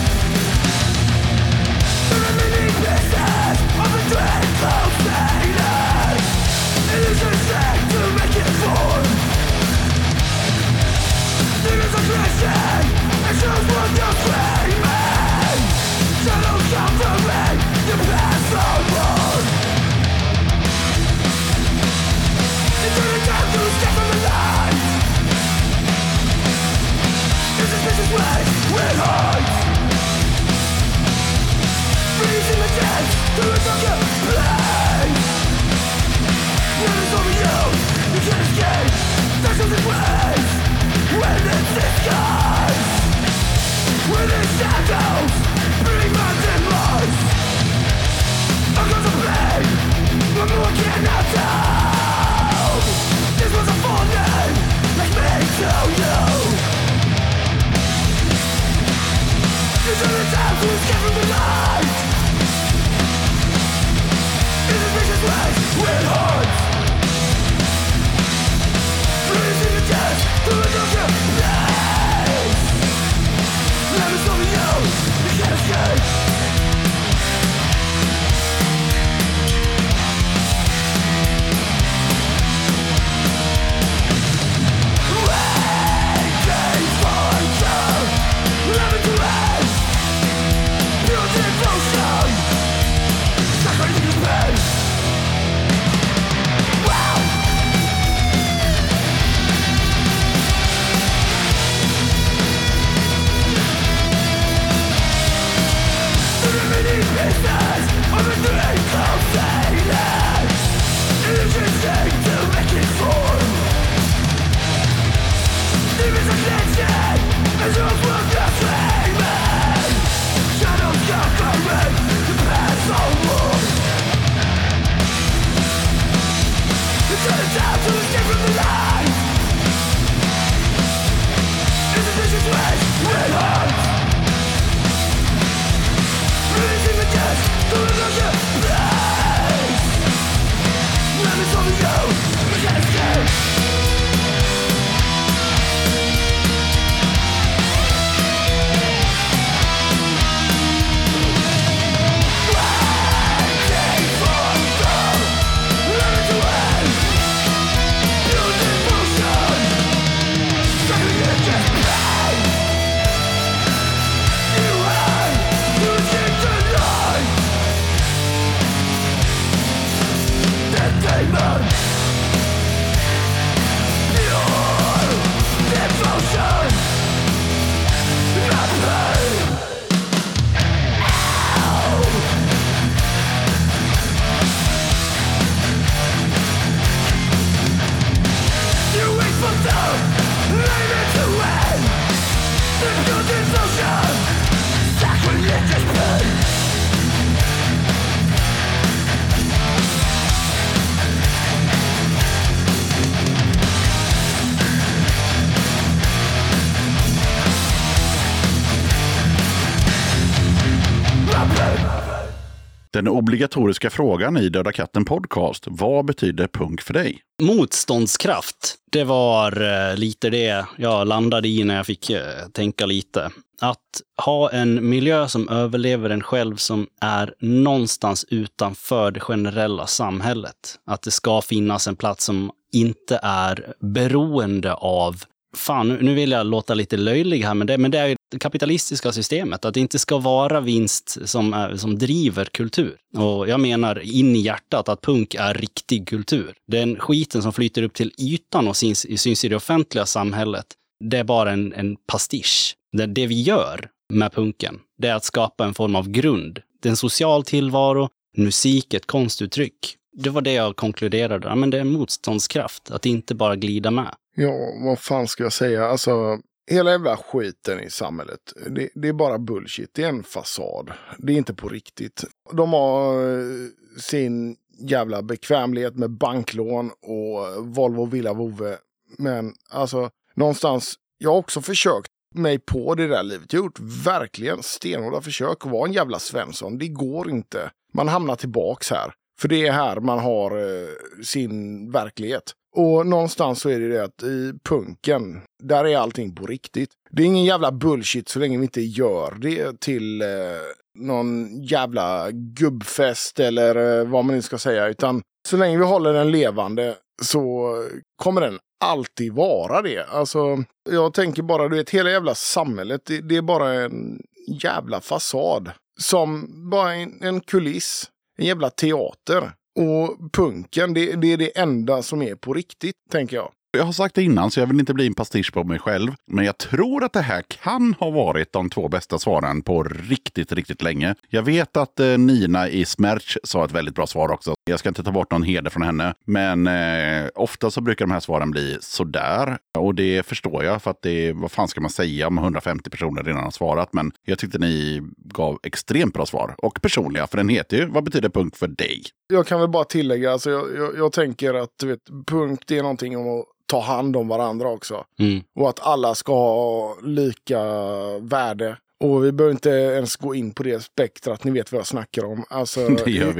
Of a dread close, Den obligatoriska frågan i Döda katten podcast. Vad betyder punk för dig? Motståndskraft. Det var lite det jag landade i när jag fick tänka lite. Att ha en miljö som överlever en själv, som är någonstans utanför det generella samhället. Att det ska finnas en plats som inte är beroende av... Fan, nu vill jag låta lite löjlig här, men det är ju det kapitalistiska systemet. Att det inte ska vara vinst som driver kultur. Och jag menar in i hjärtat att punk är riktig kultur. Den skiten som flyter upp till ytan och syns i det offentliga samhället, det är bara en pastisch. Det vi gör med punken, det är att skapa en form av grund. Det är en social tillvaro, musik, ett konstuttryck. Det var det jag konkluderade. Ja, men det är motståndskraft, att inte bara glida med. Ja, vad fan ska jag säga? Alltså, hela jävla skiten i samhället, det är bara bullshit. Det är en fasad. Det är inte på riktigt. De har sin jävla bekvämlighet med banklån och Volvo Villa Vove. Men alltså, någonstans, jag har också försökt mig på det där livet. Jag har gjort verkligen stenhårda försök att vara en jävla Svensson. Det går inte. Man hamnar tillbaks här. För det är här man har sin verklighet. Och någonstans så är det att i punken, där är allting på riktigt. Det är ingen jävla bullshit så länge vi inte gör det till någon jävla gubbfest eller vad man nu ska säga. Utan så länge vi håller den levande så kommer den alltid vara det. Alltså, jag tänker bara, du vet, hela jävla samhället, det är bara en jävla fasad. Som bara en kuliss. En jävla teater. Och punken, det är det enda som är på riktigt, tänker jag. Jag har sagt det innan så jag vill inte bli en pastisch på mig själv. Men jag tror att det här kan ha varit de 2 bästa svaren på riktigt, riktigt länge. Jag vet att Nina i Smerch sa ett väldigt bra svar också. Jag ska inte ta bort någon heder från henne. Men ofta så brukar de här svaren bli sådär. Och det förstår jag för att vad fan ska man säga om 150 personer redan har svarat. Men jag tyckte ni gav extremt bra svar. Och personliga, för den heter ju Vad betyder punk för dig? Jag kan väl bara tillägga, alltså jag tänker att punk det är någonting om att ta hand om varandra också. Och att alla ska ha lika värde. Och vi behöver inte ens gå in på det spektrat, ni vet vad jag snackar om. Alltså, det gör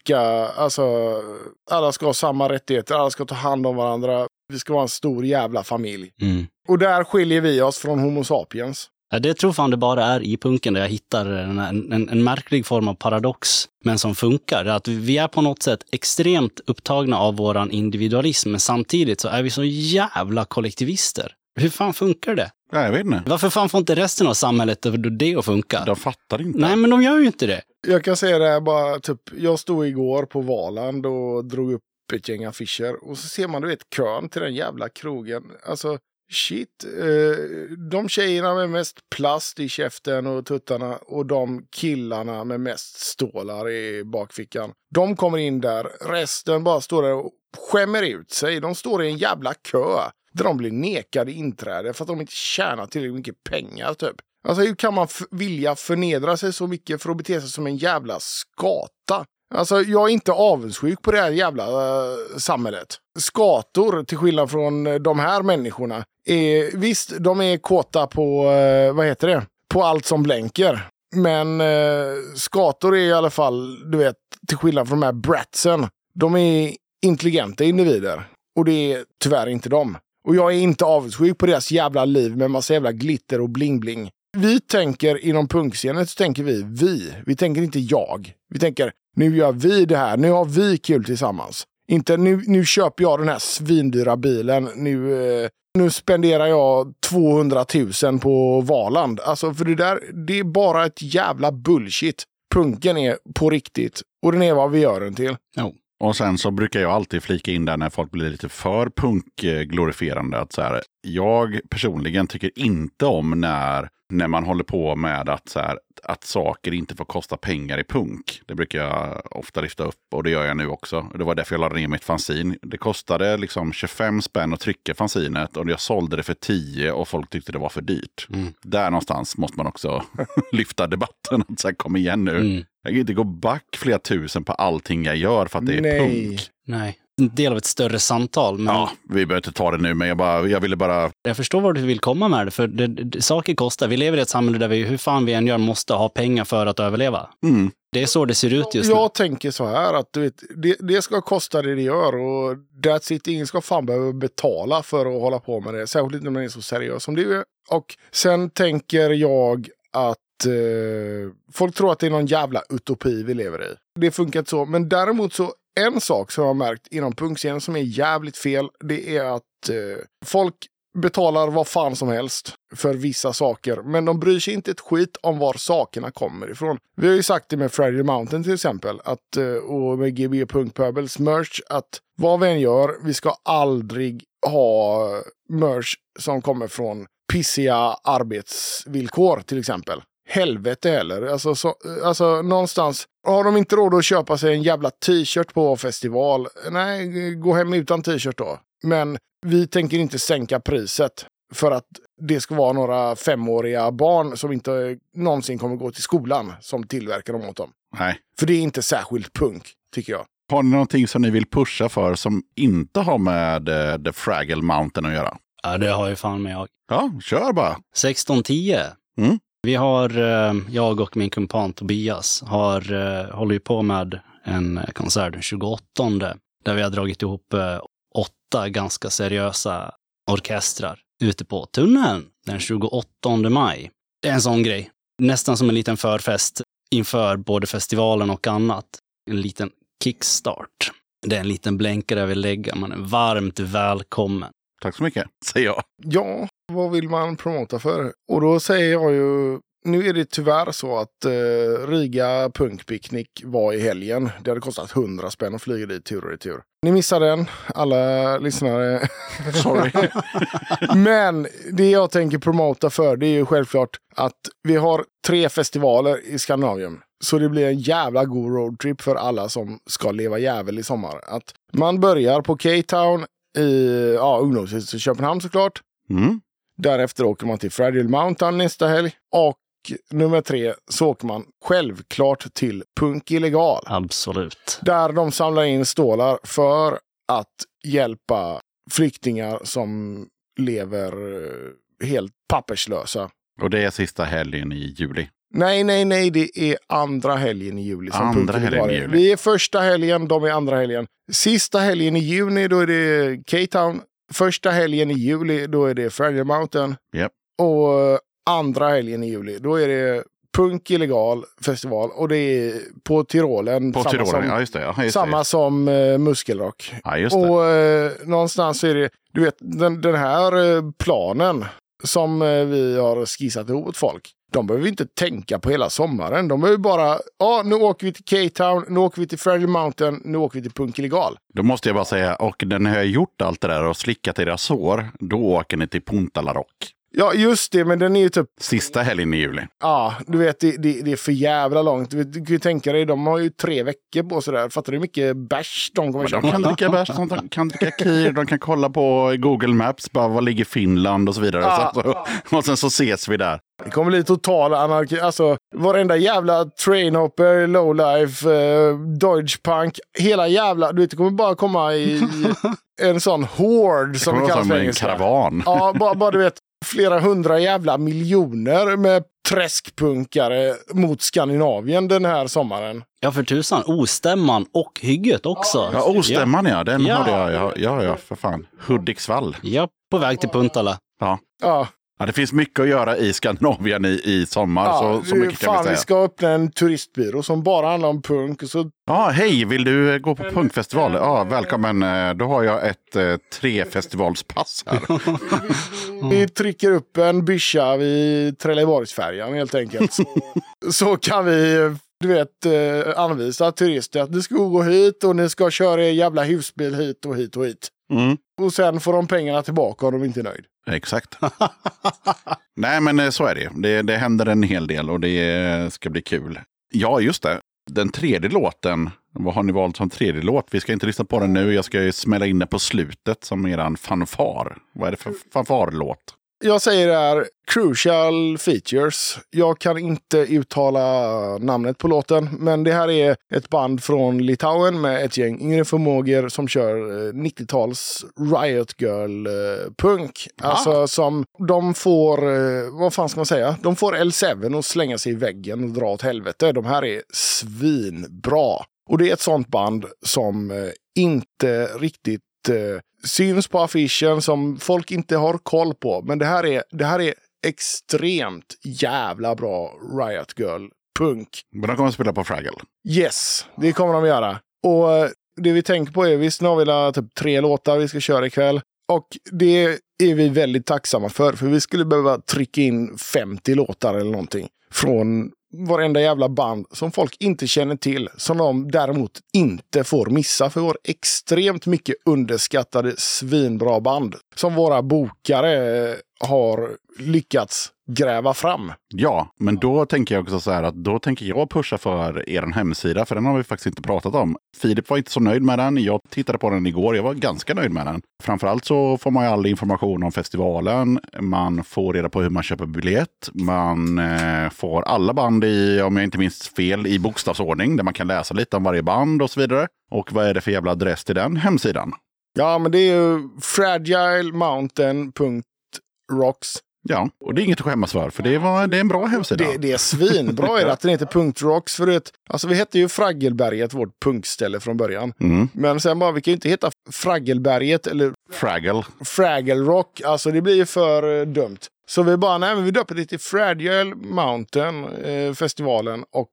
vi. Alla ska ha samma rättigheter, alla ska ta hand om varandra. Vi ska vara en stor jävla familj. Och där skiljer vi oss från Homo sapiens. Ja, det tror fan det bara är i punken där jag hittar en märklig form av paradox, men som funkar. Att vi är på något sätt extremt upptagna av våran individualism, men samtidigt så är vi så jävla kollektivister. Hur fan funkar det? Ja, jag vet inte. Varför fan får inte resten av samhället det att funka? De fattar inte. Nej, men de gör ju inte det. Jag kan säga det här bara, jag stod igår på Valand och drog upp ett gäng affischer. Och så ser man, kön till den jävla krogen. Alltså, shit. De tjejerna med mest plast i käften och tuttarna och de killarna med mest stålar i bakfickan. De kommer in där. Resten bara står där och skämmer ut sig. De står i en jävla kö. Där de blir nekade inträde för att de inte tjänar tillräckligt mycket pengar typ. Alltså hur kan man vilja förnedra sig så mycket för att bete sig som en jävla skata? Alltså jag är inte avundsjuk på det här jävla samhället. Skator, till skillnad från de här människorna, visst de är kåta på, på allt som blänker. Men skator är i alla fall, till skillnad från de här bratsen, de är intelligenta individer. Och det är tyvärr inte de. Och jag är inte avundsjuk på deras jävla liv med massa jävla glitter och bling-bling. Vi tänker inom punkscenen så tänker vi tänker inte jag. Vi tänker, nu gör vi det här, nu har vi kul tillsammans. Inte nu köper jag den här svindyra bilen, nu spenderar jag 200 000 på Valand. Alltså för det är bara ett jävla bullshit. Punken är på riktigt och den är vad vi gör den till. Jo. Och sen så brukar jag alltid flika in där när folk blir lite för punkglorifierande. Att så här, jag personligen tycker inte om när man håller på med att saker inte får kosta pengar i punk. Det brukar jag ofta lyfta upp och det gör jag nu också. Det var därför jag la ner mitt fanzin. Det kostade liksom 25 spänn att trycka fanzinet och jag sålde det för 10 och folk tyckte det var för dyrt. Där någonstans måste man också lyfta debatten. Att så här, kom igen nu. Jag kan inte gå back flera tusen på allting jag gör för att det är punk. Nej. En del av ett större samtal. Men... Ja, vi behöver inte ta det nu, men jag ville bara... Jag förstår vad du vill komma med det, för saker kostar. Vi lever i ett samhälle där vi, hur fan vi än gör, måste ha pengar för att överleva. Det är så det ser ut just nu. Jag tänker så här, att det ska kosta det gör och that's it. Ingen ska fan behöva betala för att hålla på med det. Särskilt när man är så seriös som du är. Och sen tänker jag att folk tror att det är någon jävla utopi vi lever i. Det funkar inte så, men däremot så en sak som jag har märkt inom punkscenen som är jävligt fel, det är att folk betalar vad fan som helst för vissa saker, men de bryr sig inte ett skit om var sakerna kommer ifrån. Vi har ju sagt det med Friday Mountain till exempel, och med GBG Punk Pöbels merch, att vad vi än gör, vi ska aldrig ha merch som kommer från pissiga arbetsvillkor till exempel. Helvete heller. Alltså någonstans har de inte råd att köpa sig en jävla t-shirt på festival. Nej, gå hem utan t-shirt då. Men vi tänker inte sänka priset för att det ska vara några 5-åriga barn som inte någonsin kommer gå till skolan som tillverkar dem åt dem. Nej. För det är inte särskilt punk, tycker jag. Har ni någonting som ni vill pusha för som inte har med The Fraggle Mountain att göra? Ja, det har ju fan med jag. Ja, kör bara. 1610. Vi har, jag och min kumpan Tobias håller ju på med en konsert den 28, där vi har dragit ihop 8 ganska seriösa orkestrar ute på tunneln den 28 maj. Det är en sån grej. Nästan som en liten förfest inför både festivalen och annat. En liten kickstart. Det är en liten blänkare jag vill lägga. Man är varmt välkommen. Tack så mycket, säger jag. Ja, vad vill man promota för? Och då säger jag ju nu är det tyvärr så att Riga punkpicknick var i helgen. Det hade kostat 100 spänn att flyga dit tur och retur. Ni missade den, alla lyssnare. Sorry. Men det jag tänker promota för, det är ju självklart att vi har 3 festivaler i Skandinavien. Så det blir en jävla god roadtrip för alla som ska leva jävel i sommar. Att man börjar på K-Town i ungdomshuset i Köpenhamn såklart. Mm. Därefter åker man till Fragile Mountain nästa helg. Och nummer 3 så åker man självklart till Punk Illegal. Absolut. Där de samlar in stålar för att hjälpa flyktingar som lever helt papperslösa. Och det är sista helgen i juli. Nej, det är andra helgen i juli. Som Andra helgen i juli. Vi är första helgen, de är andra helgen. Sista helgen i juni, då är det K-Town. Första helgen i juli, då är det Fragile Mountain. Yep. Och andra helgen i juli, då är det Punk Illegal festival. Och det är på Tyrolen. På Tyrolen, ja just det. Ja, just samma det. som Muskelrock. Ja, just det. Och någonstans så är det, du vet, den här planen som vi har skissat ihop åt folk. De behöver inte tänka på hela sommaren. De behöver bara, nu åker vi till K-Town, nu åker vi till Fragile Mountain, nu åker vi till Punk Illegal. Då måste jag bara säga, och när ni har gjort allt det där och slickat era sår, då åker ni till Punta La Rock. Ja, just det, men den är ju typ... Sista helgen i juli. Ja, du vet, det är för jävla långt. Du kan ju tänka dig, de har ju 3 veckor på sig där. Fattar du hur mycket bärs de kommer köpa? De kan dricka bärs, de kan dricka kir, de kan kolla på Google Maps, bara var ligger Finland och så vidare. Och sen så ses vi där. Det kommer bli total anarki. Alltså, varenda jävla trainhopper, lowlife, Deutsche Punk, hela jävla... Du vet, det kommer bara komma i en sån hord som det kallas som en karavan. Ja, bara du vet, flera 100 jävla miljoner med träskpunkare mot Skandinavien den här sommaren. Ja, för tusan. Ostämman och hygget också. Ja, Ostämman, ja. Den Ja. hörde jag. Ja, för fan. Hudiksvall. Ja, på väg till Puntala. Ja. Ja. Ja, det finns mycket att göra i Skandinavien i sommar. Så mycket kan vi säga. Vi ska öppna en turistbyrå som bara handlar om punk. Och så... Ja, hej, vill du gå på punkfestival? Ja, välkommen. Då har jag ett 3-festivalspass här. Vi trycker upp en byscha vid Trelleborgsfärjan helt enkelt. Så kan vi, du vet, anvisa turister att ni ska gå hit och ni ska köra er jävla husbil hit och hit och hit. Mm. Och sen får de pengarna tillbaka om de inte är nöjd. Exakt. Nej, men så är det. Det händer en hel del och det ska bli kul. Ja, just det. Den tredje låten, vad har ni valt som tredje låt? Vi ska inte lyssna på den nu. Jag ska ju smälla in det på slutet som eran fanfar. Vad är det för fanfarlåt? Jag säger det här, Crucial Features. Jag kan inte uttala namnet på låten, men det här är ett band från Litauen med ett gäng yngre förmågor som kör 90-tals Riot Girl-punk. Alltså som de får, vad fan ska man säga? De får L7 och slänga sig i väggen och dra åt helvete. De här är svinbra. Och det är ett sånt band som inte riktigt syns på affischen, som folk inte har koll på. Men det här är extremt jävla bra Riot Girl punk. Men de kommer att spela på Fraggle. Yes, det kommer de göra. Och det vi tänker på är, visst, nu har vi typ 3 låtar vi ska köra ikväll. Och det är vi väldigt tacksamma för vi skulle behöva trycka in 50 låtar eller någonting från varenda jävla band som folk inte känner till, som de däremot inte får missa, för vår extremt mycket underskattade svinbra band som våra bokare har lyckats gräva fram. Ja, men då tänker jag också så här att då tänker jag pusha för er hemsida, för den har vi faktiskt inte pratat om. Filip var inte så nöjd med den. Jag tittade på den igår. Jag var ganska nöjd med den. Framförallt så får man ju all information om festivalen. Man får reda på hur man köper biljett. Man får alla band i, om jag inte minns fel, i bokstavsordning där man kan läsa lite om varje band och så vidare. Och vad är det för jävla adress till den hemsidan? Ja, men det är ju fragilemountain.rocks. Ja, och det är inget att skämmas för det är en bra hemsida. Det är svinbra är att den heter .rocks, för det, alltså vi hette ju Fraggelberget, vårt punkställe från början. Mm. Men sen bara, vi kan ju inte heta Fraggelberget eller Fraggle Rock, alltså det blir ju för dumt. Så vi bara, nej men vi döper det till Fragile Mountain festivalen och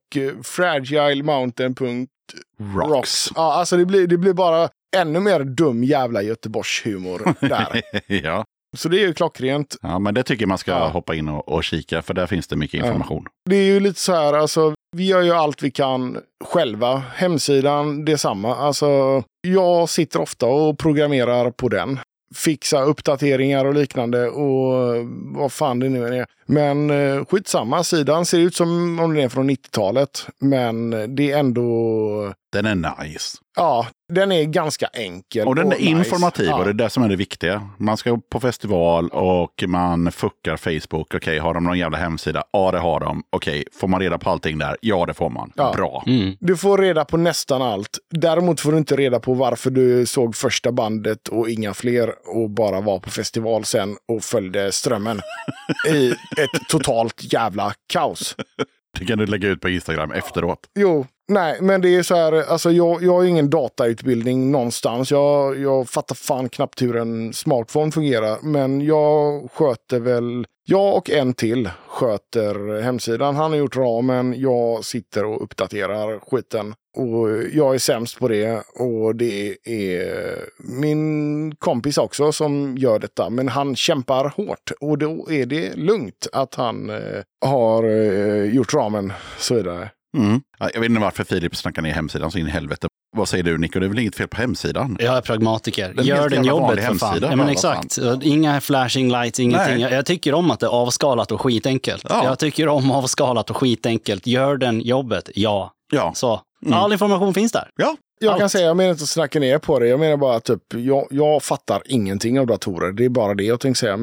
fragilemountain.rocks. Ja, alltså det blir bara ännu mer dum jävla Göteborgshumor där. Ja. Så det är ju klockrent. Ja, men det tycker man ska hoppa in och kika, för där finns det mycket information. Det är ju lite så här, alltså, vi gör ju allt vi kan själva. Hemsidan, det är samma. Alltså, jag sitter ofta och programmerar på den. Fixa uppdateringar och liknande och vad fan det nu är. Men skitsamma, sidan ser ut som om den är från 90-talet. Men det är ändå... Den är nice. Ja, den är ganska enkel. Och den är nice. informativ Ja. och det är det som är det viktiga. Man ska på festival och man fuckar Facebook. Okej, har de någon jävla hemsida? Ja, det har de. Okej, får man reda på allting där? Ja, det får man. Ja. Bra. Du får reda på nästan allt. Däremot får du inte reda på varför du såg första bandet och inga fler och bara var på festival sen och följde strömmen i ett totalt jävla kaos. Det kan du lägga ut på Instagram efteråt. Jo, nej, men det är så här, alltså jag har ingen datautbildning någonstans. Jag fattar fan knappt hur en smartphone fungerar, men jag sköter väl, jag och en till sköter hemsidan. Han har gjort ramen, jag sitter och uppdaterar skiten. Och jag är sämst på det och det är min kompis också som gör detta. Men han kämpar hårt och då är det lugnt att han har gjort ramen så vidare. Ja, jag vet inte varför Filip snackar ner hemsidan så in i helvete. Vad säger du, Nico? Det är väl inget fel på hemsidan? Jag är pragmatiker. Den Gör den jobbet för fan. Ja, men exakt. Inga flashing lights, ingenting. Jag tycker om att det är avskalat och skitenkelt. Ja. Jag tycker om avskalat och skitenkelt. Gör den jobbet? Ja. Så. All information finns där. Ja. Jag kan säga, jag menar inte att snacka ner på det. Jag menar bara typ, jag fattar ingenting av datorer. Det är bara det jag tänkte säga.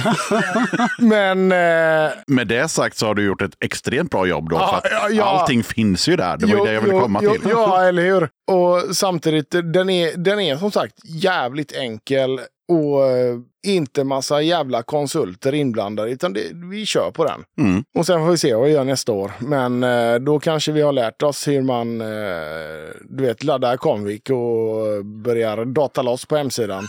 Men med det sagt så har du gjort ett extremt bra jobb då. För att allting finns ju där. Det var ju det jag ville komma till. Ja, eller hur? Och samtidigt, den är som sagt jävligt enkel. Och inte massa jävla konsulter inblandade, utan vi kör på den. Och sen får vi se vad vi gör nästa år. Men då kanske vi har lärt oss hur man laddar Comvik och börjar data loss på hemsidan.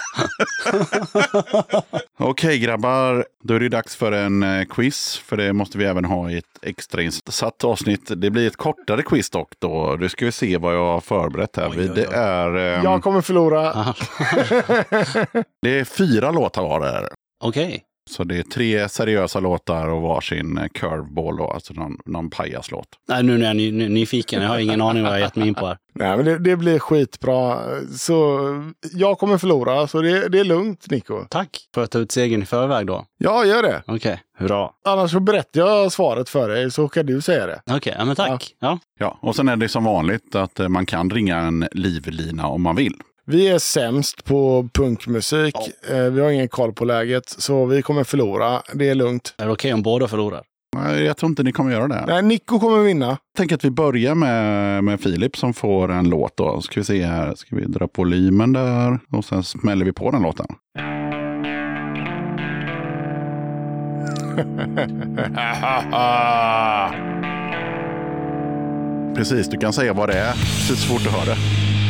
Okej grabbar, då är det dags för en quiz. För det måste vi även ha i ett extra insatt avsnitt. Det blir ett kortare quiz dock då. Nu ska vi se vad jag har förberett här. Det är... jag kommer förlora. Det är 4 låtar var det här. Okej. Så det är 3 seriösa låtar och varsin curveball då, alltså någon pajaslåt. Nej, nu är jag nyfiken. Jag har ingen aning vad jag gett mig in på här. Nej, men det blir skitbra. Så jag kommer förlora, så det är lugnt, Nico. Tack. Får jag ta ut segern i förväg då? Ja, gör det. Okej, hurra. Annars så berättar jag svaret för dig, så kan du säga det. Okej, men tack. Ja, och sen är det som vanligt att man kan ringa en livlina om man vill. Vi är sämst på punkmusik. Vi har ingen koll på läget, så vi kommer förlora. Det är lugnt. Är det okej om båda förlorar? Nej, jag tror inte ni kommer göra det. Nej, Nico kommer vinna. Jag tänker att vi börjar med Filip som får en låt då. Ska vi se här. Ska vi dra på volymen där och sen smäller vi på den låten. Precis, du kan säga vad det är. Det är svårt att höra.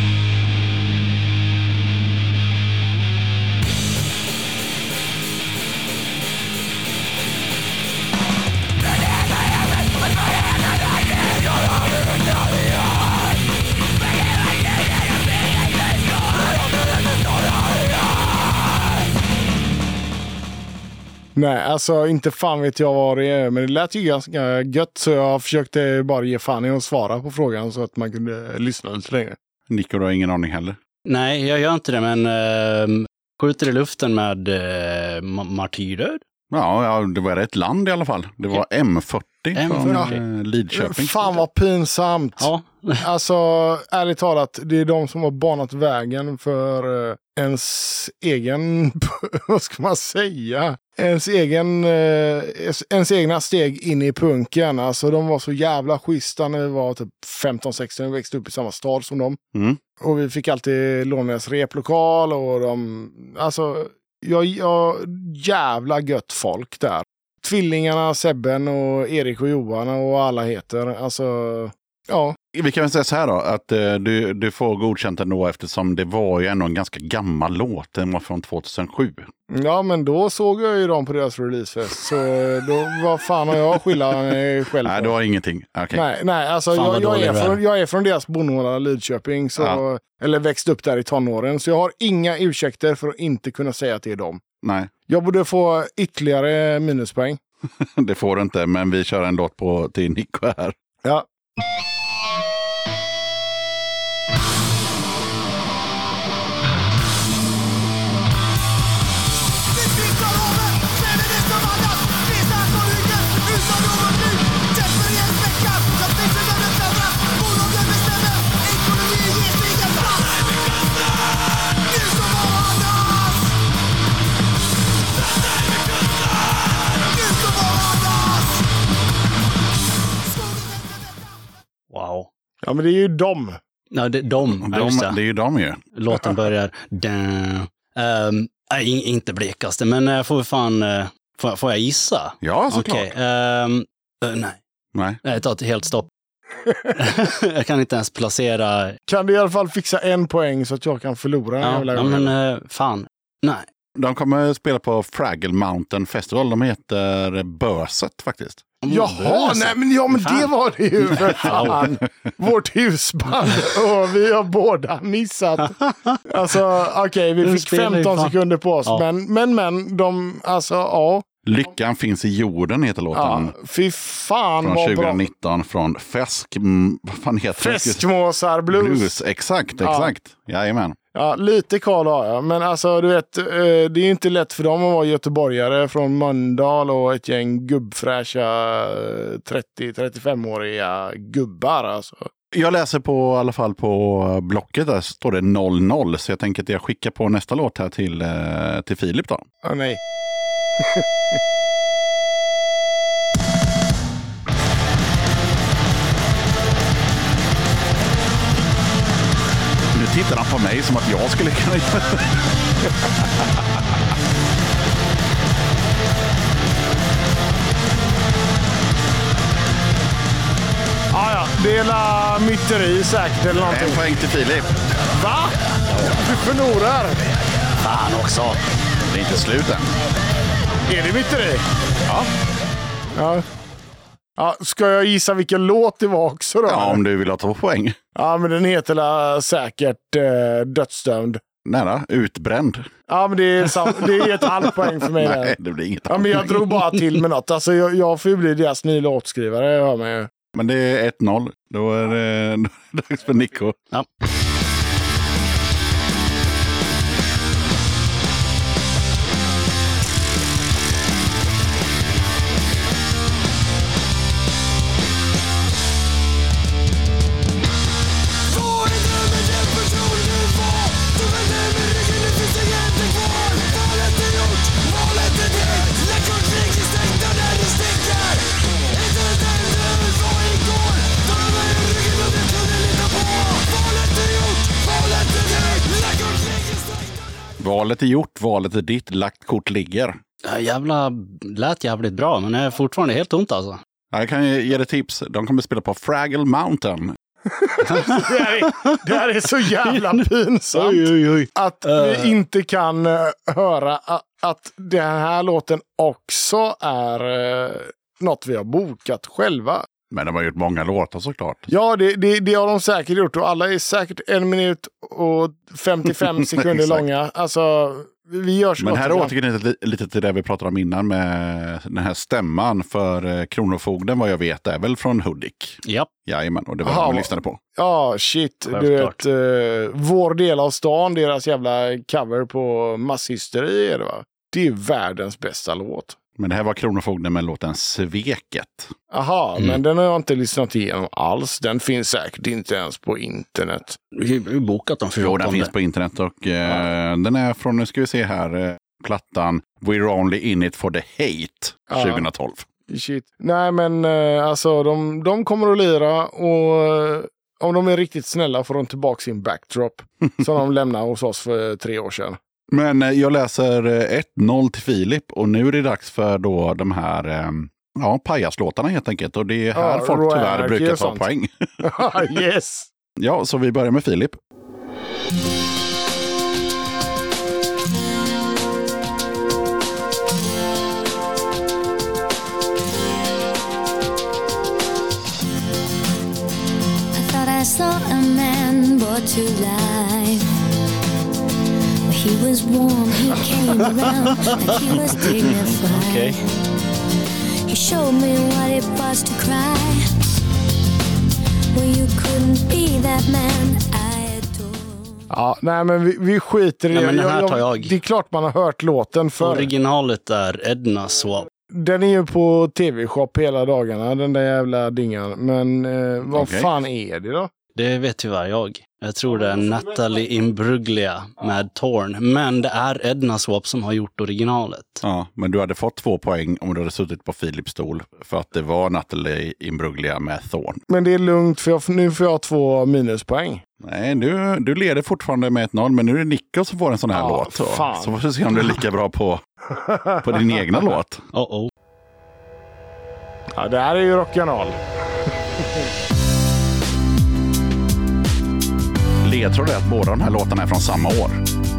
Nej, alltså inte fan vet jag vad det är. Men det lät ju ganska gött, så jag försökte bara ge fan i att svara på frågan så att man kunde lyssna lite längre. Nico, du har ingen aning heller? Nej, jag gör inte det, men skjuter i luften med martyrer. Ja, det var ett land i alla fall. Det var M40 från Lidköping. Fan vad pinsamt. Ja. Alltså, ärligt talat, det är de som har banat vägen för ens egen, vad ska man säga? Ens egna steg in i punken. Alltså, de var så jävla schyssta när vi var typ 15-16 och växte upp i samma stad som dem. Och vi fick alltid låna deras replokal och alltså, jävla gött folk där. Tvillingarna, Sebben och Erik och Johan och alla heter. Alltså, ja. Vi kan väl säga så här då, att du får godkänt ändå eftersom det var ju ändå en ganska gammal låt. Den var från 2007. Ja, men då såg jag ju dem på deras releasefest. Så då, vad fan har jag skyllat mig själv på? Nej, du har ingenting. Okay. Nej, alltså jag är från deras bonhåla Lidköping. Så, eller växt upp där i tonåren. Så jag har inga ursäkter för att inte kunna säga att det är dem. Nej. Jag borde få ytterligare minuspoäng. Det får du inte, men vi kör en låt till Nico här. Ja. Wow. Ja, men det är ju dem. Ja, det är ju de ju. Låten börjar... Nej, inte blekaste, men får fan... Får jag gissa? Ja, såklart. Okay. Nej. Jag tar ett helt stopp. Jag kan inte ens placera... Kan du i alla fall fixa en poäng så att jag kan förlora? Ja, men fan. Nej. De kommer spela på Fraggle Mountain Festival. De heter Böset faktiskt. Jaha, men det var det ju för fan. Vårt husband. Och vi har båda missat. Alltså, okej, vi fick 15 sekunder på oss. Ja. Men, alltså, ja. Lyckan finns i jorden heter låten. Ja, fy fan från vad 2019 från Feskmåsar Blues. Exakt. Jajamän. Ja, lite koll har jag. Men alltså, du vet, det är inte lätt för dem att vara göteborgare från Mölndal och ett gäng gubbfräscha 30-35-åriga gubbar. Alltså. Jag läser i alla fall på blocket, där står det 00. Så jag tänker att jag skickar på nästa låt här till Filip då. Nej. Nu tittar han på mig som att jag skulle kunna göra det. Ja, det är la myteri säkert eller någonting. En poäng till Filip. Va? Du förlorar. Fan också. Det är inte slut än. Är det myteri? Ja. Ja, ska jag gissa vilken låt det var också då? Ja, om du vill ha 2 poäng. Ja, men den heter säkert Dödsdömd. Nära, utbränd. Ja, men det är ett halvt poäng för mig. Nej, där. det blir inget. Ja, men jag drog bara till med något. Alltså, jag får ju bli deras nya låtskrivare. Jag med. Men det är 1-0. Då är det dags för Nico. Ja. Valet är gjort, valet är ditt, lagt kort ligger. Lät jävligt bra, men det är fortfarande helt tomt alltså. Jag kan ge dig tips. De kommer spela på Fraggle Mountain. Det här är så jävla pinsamt. Oj. Att vi inte kan höra att den här låten också är något vi har bokat själva. Men de har gjort många låtar såklart. Ja, det har de säkert gjort. Och alla är säkert 1 minut och 55 sekunder långa. Alltså, vi gör så. Men här återknyter lite till det vi pratade om innan med den här stämman för Kronofogden, vad jag vet, är väl från Hudik. Ja. Jajamän, och det var det vi lyssnade på. Ja, shit. Självklart. Du vet, vår del av stan, deras jävla cover på Masshysteri är det, va? Det är världens bästa låt. Men det här var Kronofogden med låten Sveket. Aha, men den har jag inte lyssnat igenom alls. Den finns säkert inte ens på internet. Vi har bokat dem för Jo, den finns på internet och den är från, nu ska vi se här, plattan We're Only In It For The Hate 2012. Shit. Nej, men alltså de kommer att lira och om de är riktigt snälla får de tillbaka sin backdrop som de lämnade hos oss för 3 år sedan. Men jag läser 1-0 till Filip och nu är det dags för då de här pajaslåtarna helt enkelt. Och det är här folk tyvärr brukar ta poäng. Yes! Ja, så vi börjar med Filip. I saw a man brought to life. He was warm, he came around and he was dignified. Okay. He showed me what it was to cry. Well, you couldn't be that man I adore. Ja, nej men vi skiter i det. Ja, men den här tar jag. Det är klart man har hört låten för. Originalet är Edna Swap. Den är ju på TV-shop hela dagarna, den där jävla dingan. Men vad fan är det då? Det vet tyvärr jag. Jag tror det är Natalie Imbruglia med Torn. Men det är Edna Swap som har gjort originalet. Ja, men du hade fått 2 poäng om du hade suttit på Philips stol. För att det var Natalie Imbruglia med Thorn. Men det är lugnt för nu får jag 2 minuspoäng. Nej, du leder fortfarande med 1-0. Men nu är det Nico som får en sån här låt. Så får vi se om du är lika bra på din egna låt. Ja, det här är ju rock'n'roll. Ledtråd är att båda de här låtarna är från samma år.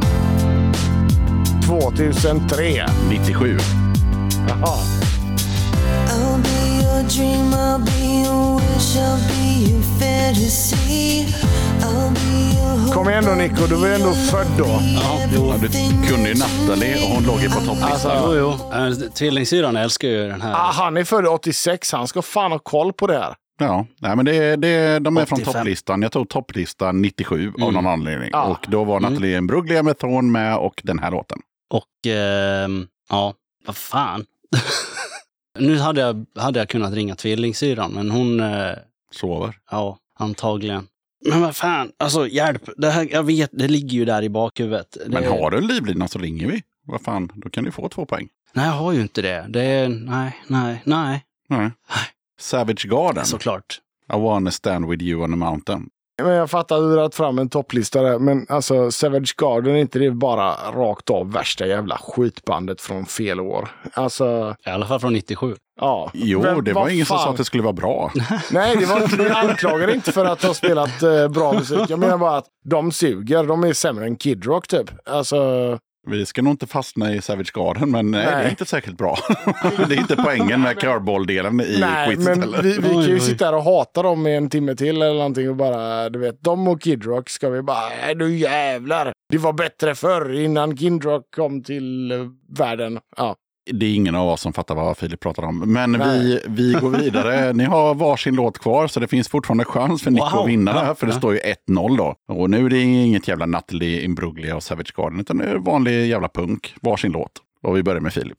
2003. 97. Jaha. I'll be your dream, I'll be your wish, I'll be your fantasy. I'll be your hope. Kom igen då Nico, du var ändå född då. Ja, jo. Du kunde ju Natalie och hon låg ju på topplistan. Jo. Tvillingsyrran älskar ju den här. Han är född 86, han ska fan ha koll på det här. Ja, nej, men de är från 85. topplistan. Jag tog topplistan 97 av någon anledning. Ja. Och då var Natalie Imbruglia med Thorn med och den här låten. Och ja, vad fan. Nu hade jag kunnat ringa tvillingsyrran, men hon... Sover. Ja, antagligen. Men vad fan, alltså hjälp. Det här, jag vet, det ligger ju där i bakhuvudet. Men har du en livlina så ringer vi. Vad fan, då kan du få 2 poäng. Nej, jag har ju inte det. Det är... Nej. Savage Garden. Såklart. I wanna stand with you on a mountain. Men jag fattar att du har fram en topplista där, men alltså Savage Garden, är inte det bara rakt av värsta jävla skitbandet från fel år? Alltså... I alla fall från 97. Ja. Jo, men, det var ingen som sa att det skulle vara bra. Nej, det var inte, jag anklagar inte för att ha spelat bra musik. Jag menar bara att de suger, de är sämre än Kid Rock typ. Alltså... Vi ska nog inte fastna i Savage Garden, men nej. Det är inte särskilt bra. Det är inte poängen med curveball-delen i quizet. Men vi kan ju sitta här och hata dem i en timme till eller någonting och bara, du vet, de och Kid Rock ska vi bara, du jävlar. Det var bättre förr innan Kid Rock kom till världen. Ja. Det är ingen av oss som fattar vad Filip pratar om. Men vi går vidare. Ni har varsin låt kvar, så det finns fortfarande chans för Nico att vinna det här. För det står ju 1-0 då. Och nu är det inget jävla Natalie Imbruglia och Savage Garden, utan det är vanlig jävla punk. Varsin låt. Och vi börjar med Filip.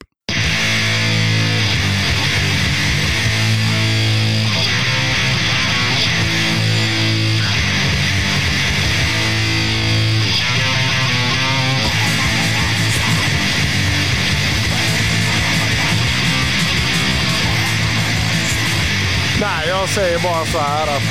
Nej, jag säger bara så här att...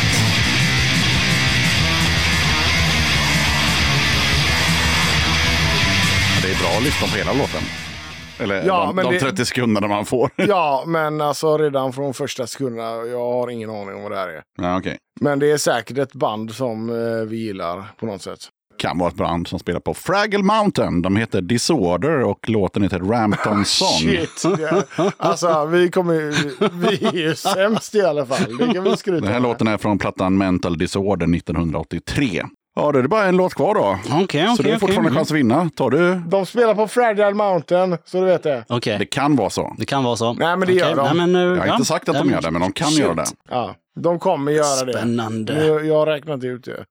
Det är bra att lyssna på hela låten. Eller ja, de 30 sekunderna man får. Ja, men alltså redan från första sekunderna, jag har ingen aning om vad det här är. Ja, okay. Men det är säkert ett band som vi gillar på något sätt. Kan vara ett band som spelar på Fraggle Mountain. De heter Disorder och låten heter Rampton Song. Shit, alltså vi är ju sämst i alla fall. Det kan vi skryta. Den här låten är från plattan Mental Disorder 1983. Ja, det är bara en låt kvar då. Okej. Så det är fortfarande chans att vinna. Tar du? De spelar på Fragile Mountain, så du vet det. Okej. Det kan vara så. Det kan vara så. Nej, men det gör de. Nej, men, Jag har inte sagt att de gör det, men de kan göra det. Ja, de kommer göra det. Spännande. Jag har räknat ut det.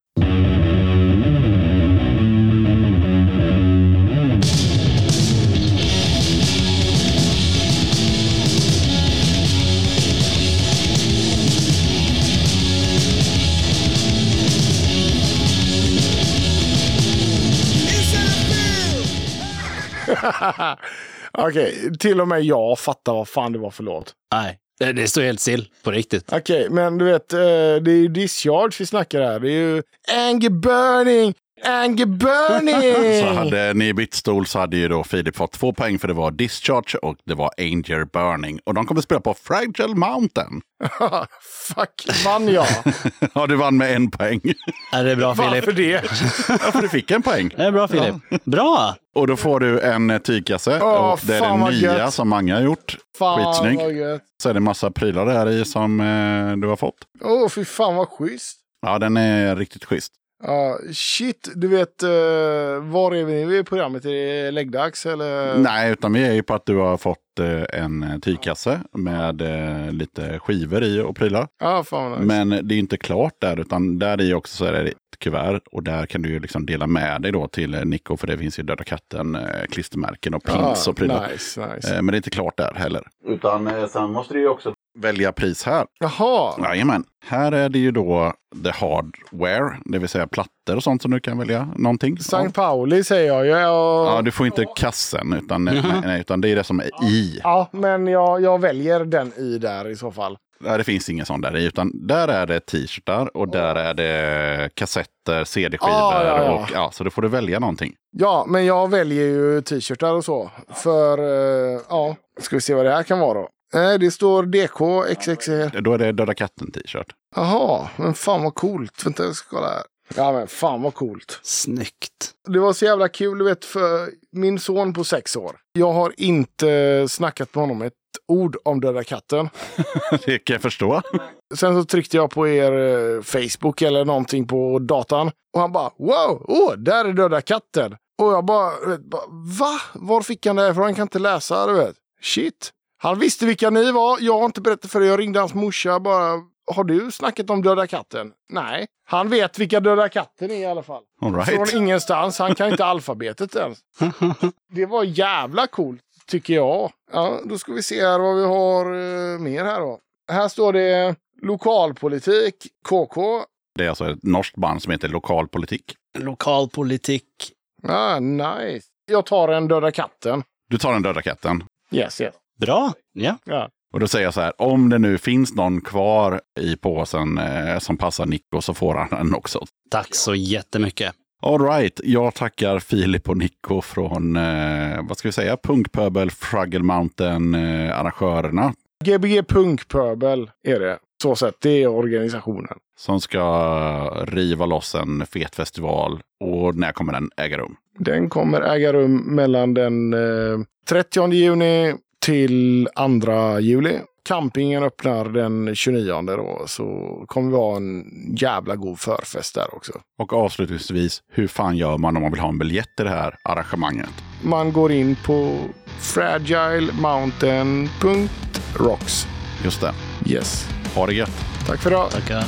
Okej, till och med jag fattar vad fan det var för låt. Nej, det står helt still på riktigt. Okej, men du vet, det är ju Discharge vi snackar här. Det är ju Anger Burning! Anger Burning! Så hade ni bytt stol så hade ju då Filip fått 2 poäng, för det var Discharge och det var Anger Burning. Och de kommer spela på Fragile Mountain. Fuck, vann jag? Ja, du vann med 1 poäng. Är det bra, Filip? Varför det? Ja, för du fick 1 poäng. Det är bra, Filip. Bra! Och då får du en tygkasse. Och det är fan den vad nya gött. som Mange har gjort. Fan Skitsnygg. vad gött. Så är det massa prylar där i som du har fått. Fy fan vad schysst. Ja, den är riktigt schysst. Ja, shit. Du vet, var är vi nu i programmet? Är det läggdags eller? Nej, utan vi är ju på att du har fått en tygkasse med lite skivor i och prylar. Ja, fan nice. Men det är inte klart där, utan där i också så är det ett kuvert. Och där kan du ju liksom dela med dig då till Nico, för det finns ju Döda katten, klistermärken och pins och prylar. Nice. Men det är inte klart där heller. Utan sen måste du ju också välja pris här. Jaha. Jajamän. Här är det ju då the hardware, det vill säga plattor och sånt som du kan välja någonting. St. Pauli säger jag. Ja, du får inte kassen utan, nej, utan det är det som är i. Ja, men jag väljer den i där i så fall. Nej, det finns ingen sån där i, utan där är det t-shirtar och där är det kassetter, cd-skivor och så då får du välja någonting. Ja, men jag väljer ju t-shirtar och så. För, ska vi se vad det här kan vara då. Det står DK XXL. Då är det Döda katten t-shirt. Jaha, men fan vad coolt. Vänta, jag ska kolla här. Ja, men fan vad coolt. Snyggt. Det var så jävla kul, du vet, för min son på 6 år. Jag har inte snackat med honom ett ord om Döda katten. Det kan jag förstå. Sen så tryckte jag på er Facebook eller någonting på datan. Och han bara, wow, där är Döda katten. Och jag bara, va? Var fick han det här? För han kan inte läsa, du vet. Shit. Han visste vilka ni var. Jag har inte berättat för det. Jag ringde hans morsa bara, har du snackat om Döda katten? Nej. Han vet vilka Döda katten är i alla fall. All right. Från ingenstans. Han kan inte alfabetet ens. Det var jävla coolt, tycker jag. Ja, då ska vi se här vad vi har mer här då. Här står det lokalpolitik, KK. Det är alltså ett norskt band som heter Lokalpolitik. Lokalpolitik. Ah, nice. Jag tar en Döda katten. Du tar den Döda katten. Yes. Bra, ja. Och då säger jag så här, om det nu finns någon kvar i påsen som passar Nico så får han den också. Tack så jättemycket. All right, jag tackar Filip och Nico från, vad ska vi säga, Punkpöbel, Fraggle Mountain arrangörerna. Gbg Punkpöbel är det. Så sett, det är organisationen. Som ska riva loss en fet festival. Och när kommer den äga rum? Den kommer äga rum mellan den 30 juni till 2 juli. Campingen öppnar den 29 då, så kommer vi ha en jävla god förfest där också. Och avslutningsvis, hur fan gör man om man vill ha en biljett till det här arrangemanget? Man går in på fragilemountain.rocks. Just det. Yes. Ha det gött. Tack för idag. Tackar.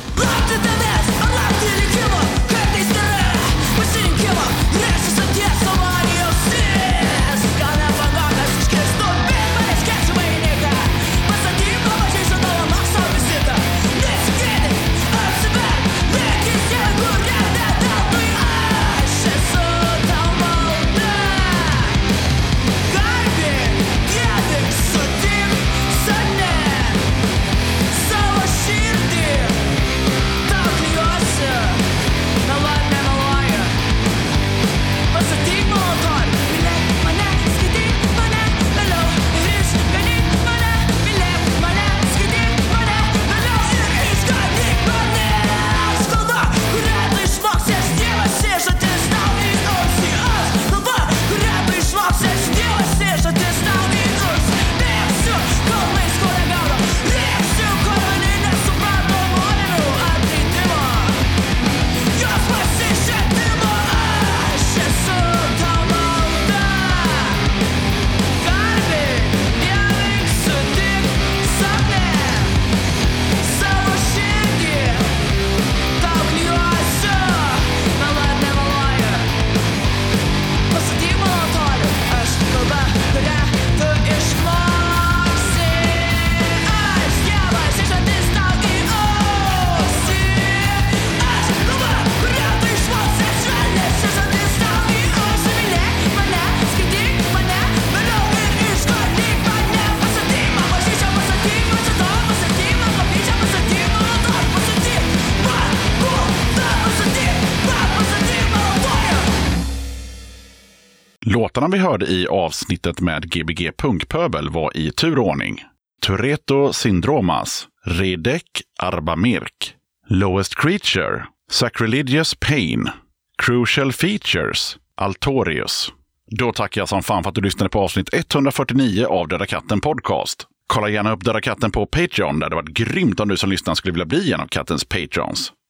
Låtarna vi hörde i avsnittet med Gbg Punkpöbel var i turordning: Tureto Syndromas, Redek Arbamirk, Lowest Creature, Sacrilegious Pain, Crucial Features, Altorius. Då tackar jag som fan för att du lyssnade på avsnitt 149 av Döda katten podcast. Kolla gärna upp Döda katten på Patreon, där det varit grymt om du som lyssnar skulle vilja bli en av kattens patrons.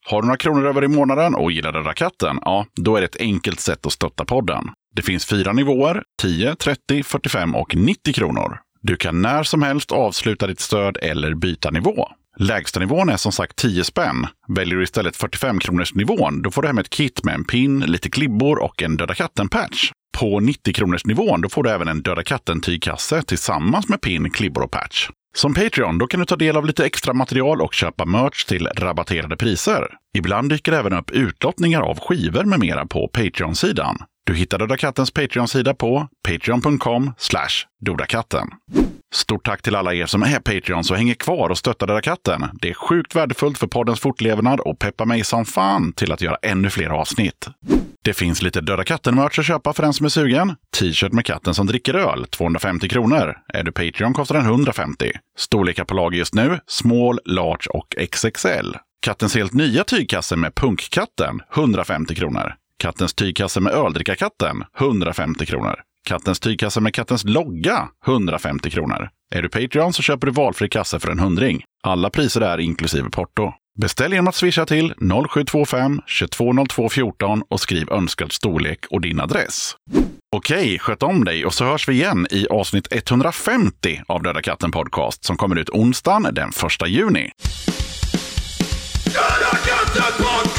Har du några kronor över i månaden och gillar Döda katten? Ja, då är det ett enkelt sätt att stötta podden. Det finns 4 nivåer, 10, 30, 45 och 90 kronor. Du kan när som helst avsluta ditt stöd eller byta nivå. Lägsta nivån är som sagt 10 spänn. Väljer du istället 45 kronors nivån, då får du hem ett kit med en pin, lite klibbor och en Döda katten-patch. På 90 kronors nivån, då får du även en Döda katten-tygkasse tillsammans med pin, klibbor och patch. Som Patreon, då kan du ta del av lite extra material och köpa merch till rabatterade priser. Ibland dyker även upp utlottningar av skivor med mera på Patreon-sidan. Du hittar Döda kattens Patreon-sida på patreon.com/dodakatten. Stort tack till alla er som är Patreon så hänger kvar och stöttar Döda katten. Det är sjukt värdefullt för poddens fortlevnad och peppar mig som fan till att göra ännu fler avsnitt. Det finns lite Döda katten-merch att köpa för den som är sugen. T-shirt med katten som dricker öl, 250 kronor. Är du Patreon kostar den 150. Storlekar på lager just nu, small, large och XXL. Kattens helt nya tygkasse med punkkatten, 150 kronor. Kattens tygkasse med öldrickarkatten, 150 kronor. Kattens tygkasse med kattens logga, 150 kronor. Är du Patreon så köper du valfri kasse för en 100. Alla priser är inklusive porto. Beställ genom att swisha till 0725 220214 och skriv önskad storlek och din adress. Okej, sköt om dig och så hörs vi igen i avsnitt 150 av Döda katten podcast som kommer ut onsdagen den 1 juni. Döda katten podcast!